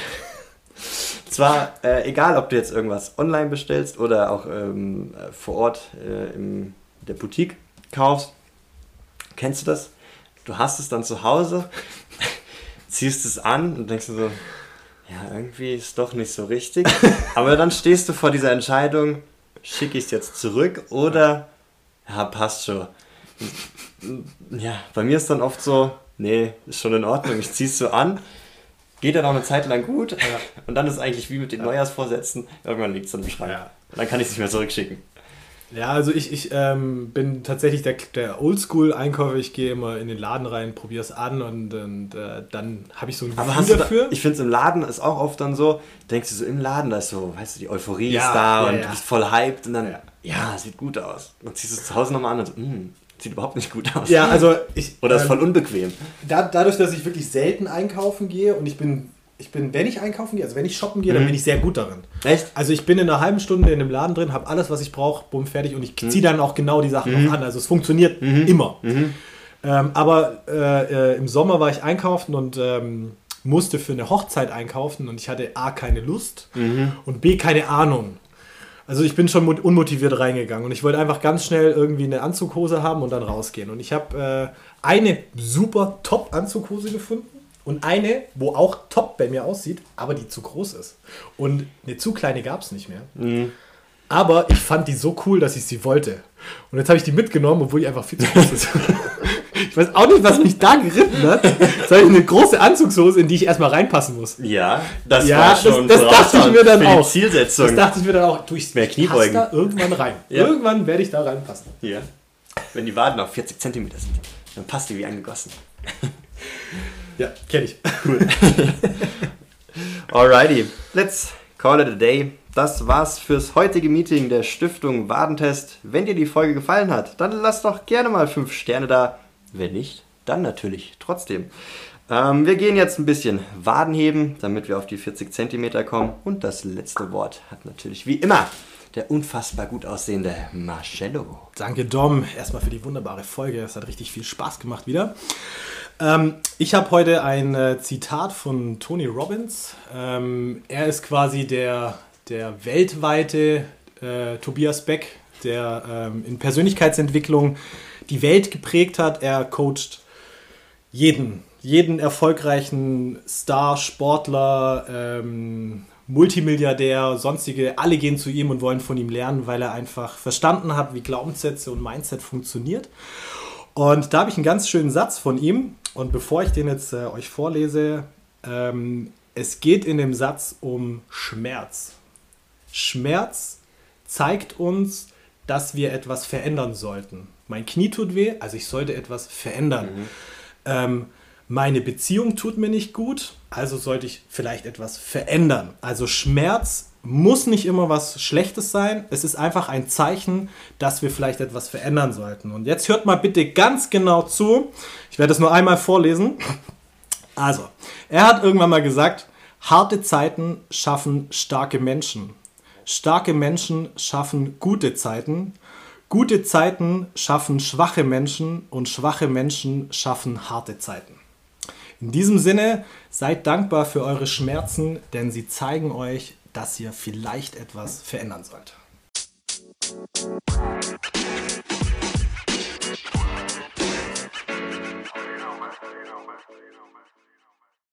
Zwar, egal ob du jetzt irgendwas online bestellst oder auch vor Ort in der Boutique kaufst, kennst du das? Du hast es dann zu Hause, ziehst es an und denkst dir so, ja, irgendwie ist doch nicht so richtig. Aber dann stehst du vor dieser Entscheidung, schicke ich es jetzt zurück oder, ja, passt schon. Ja, bei mir ist dann oft so, nee, ist schon in Ordnung, ich zieh's so an, geht dann auch eine Zeit lang gut und dann ist eigentlich wie mit den Neujahrsvorsätzen, irgendwann liegt es dann im Schrank. Ja. Und dann kann ich es nicht mehr zurückschicken. Ja, also ich bin tatsächlich der Oldschool-Einkäufer. Ich gehe immer in den Laden rein, probiere es an und dann habe ich so ein Gefühl dafür. Ich finde es im Laden ist auch oft dann so, denkst du so im Laden, da ist so, weißt du, die Euphorie ist da und du bist voll hyped und dann, sieht gut aus. Dann ziehst du es zu Hause nochmal an und so, sieht überhaupt nicht gut aus. Ja, also oder ist voll unbequem. Dadurch, dass ich wirklich selten einkaufen gehe und ich bin, wenn ich einkaufen gehe, also wenn ich shoppen gehe, dann bin ich sehr gut darin. Echt? Also ich bin in einer halben Stunde in dem Laden drin, habe alles, was ich brauche, bumm, fertig und ich ziehe dann auch genau die Sachen noch an. Also es funktioniert immer. Aber im Sommer war ich einkaufen und musste für eine Hochzeit einkaufen und ich hatte A, keine Lust und B, keine Ahnung. Also ich bin schon unmotiviert reingegangen und ich wollte einfach ganz schnell irgendwie eine Anzughose haben und dann rausgehen. Und ich habe eine super Top-Anzughose gefunden. Und eine, wo auch top bei mir aussieht, aber die zu groß ist. Und eine zu kleine gab es nicht mehr. Aber ich fand die so cool, dass ich sie wollte. Und jetzt habe ich die mitgenommen, obwohl die einfach viel zu groß ist. Ich weiß auch nicht, was mich da geritten hat. Jetzt habe ich eine große Anzugshose, in die ich erstmal reinpassen muss. Ja, das war schon das dachte ich mir dann auch. Zielsetzung. Das dachte ich mir dann auch. Ich mehr Kniebeugen. Da irgendwann rein. Ja. Irgendwann werde ich da reinpassen. Ja. Wenn die Waden auf 40 cm sind, dann passt die wie angegossen. Ja, kenne ich. Cool. Alrighty, let's call it a day. Das war's fürs heutige Meeting der Stiftung Wadentest. Wenn dir die Folge gefallen hat, dann lass doch gerne mal 5 Sterne da. Wenn nicht, dann natürlich trotzdem. Wir gehen jetzt ein bisschen Waden heben, damit wir auf die 40 cm kommen. Und das letzte Wort hat natürlich wie immer der unfassbar gut aussehende Marcello. Danke, Dom, erstmal für die wunderbare Folge. Es hat richtig viel Spaß gemacht wieder. Ich habe heute ein Zitat von Tony Robbins. Er ist quasi der weltweite Tobias Beck, der in Persönlichkeitsentwicklung die Welt geprägt hat. Er coacht jeden erfolgreichen Star, Sportler, Multimilliardär, sonstige, alle gehen zu ihm und wollen von ihm lernen, weil er einfach verstanden hat, wie Glaubenssätze und Mindset funktioniert. Und da habe ich einen ganz schönen Satz von ihm. Und bevor ich den jetzt euch vorlese, es geht in dem Satz um Schmerz. Schmerz zeigt uns, dass wir etwas verändern sollten. Mein Knie tut weh, also ich sollte etwas verändern. Meine Beziehung tut mir nicht gut, also sollte ich vielleicht etwas verändern. Also Schmerz muss nicht immer was Schlechtes sein. Es ist einfach ein Zeichen, dass wir vielleicht etwas verändern sollten. Und jetzt hört mal bitte ganz genau zu. Ich werde es nur einmal vorlesen. Also, er hat irgendwann mal gesagt, harte Zeiten schaffen starke Menschen. Starke Menschen schaffen gute Zeiten. Gute Zeiten schaffen schwache Menschen und schwache Menschen schaffen harte Zeiten. In diesem Sinne, seid dankbar für eure Schmerzen, denn sie zeigen euch, dass ihr vielleicht etwas verändern sollt.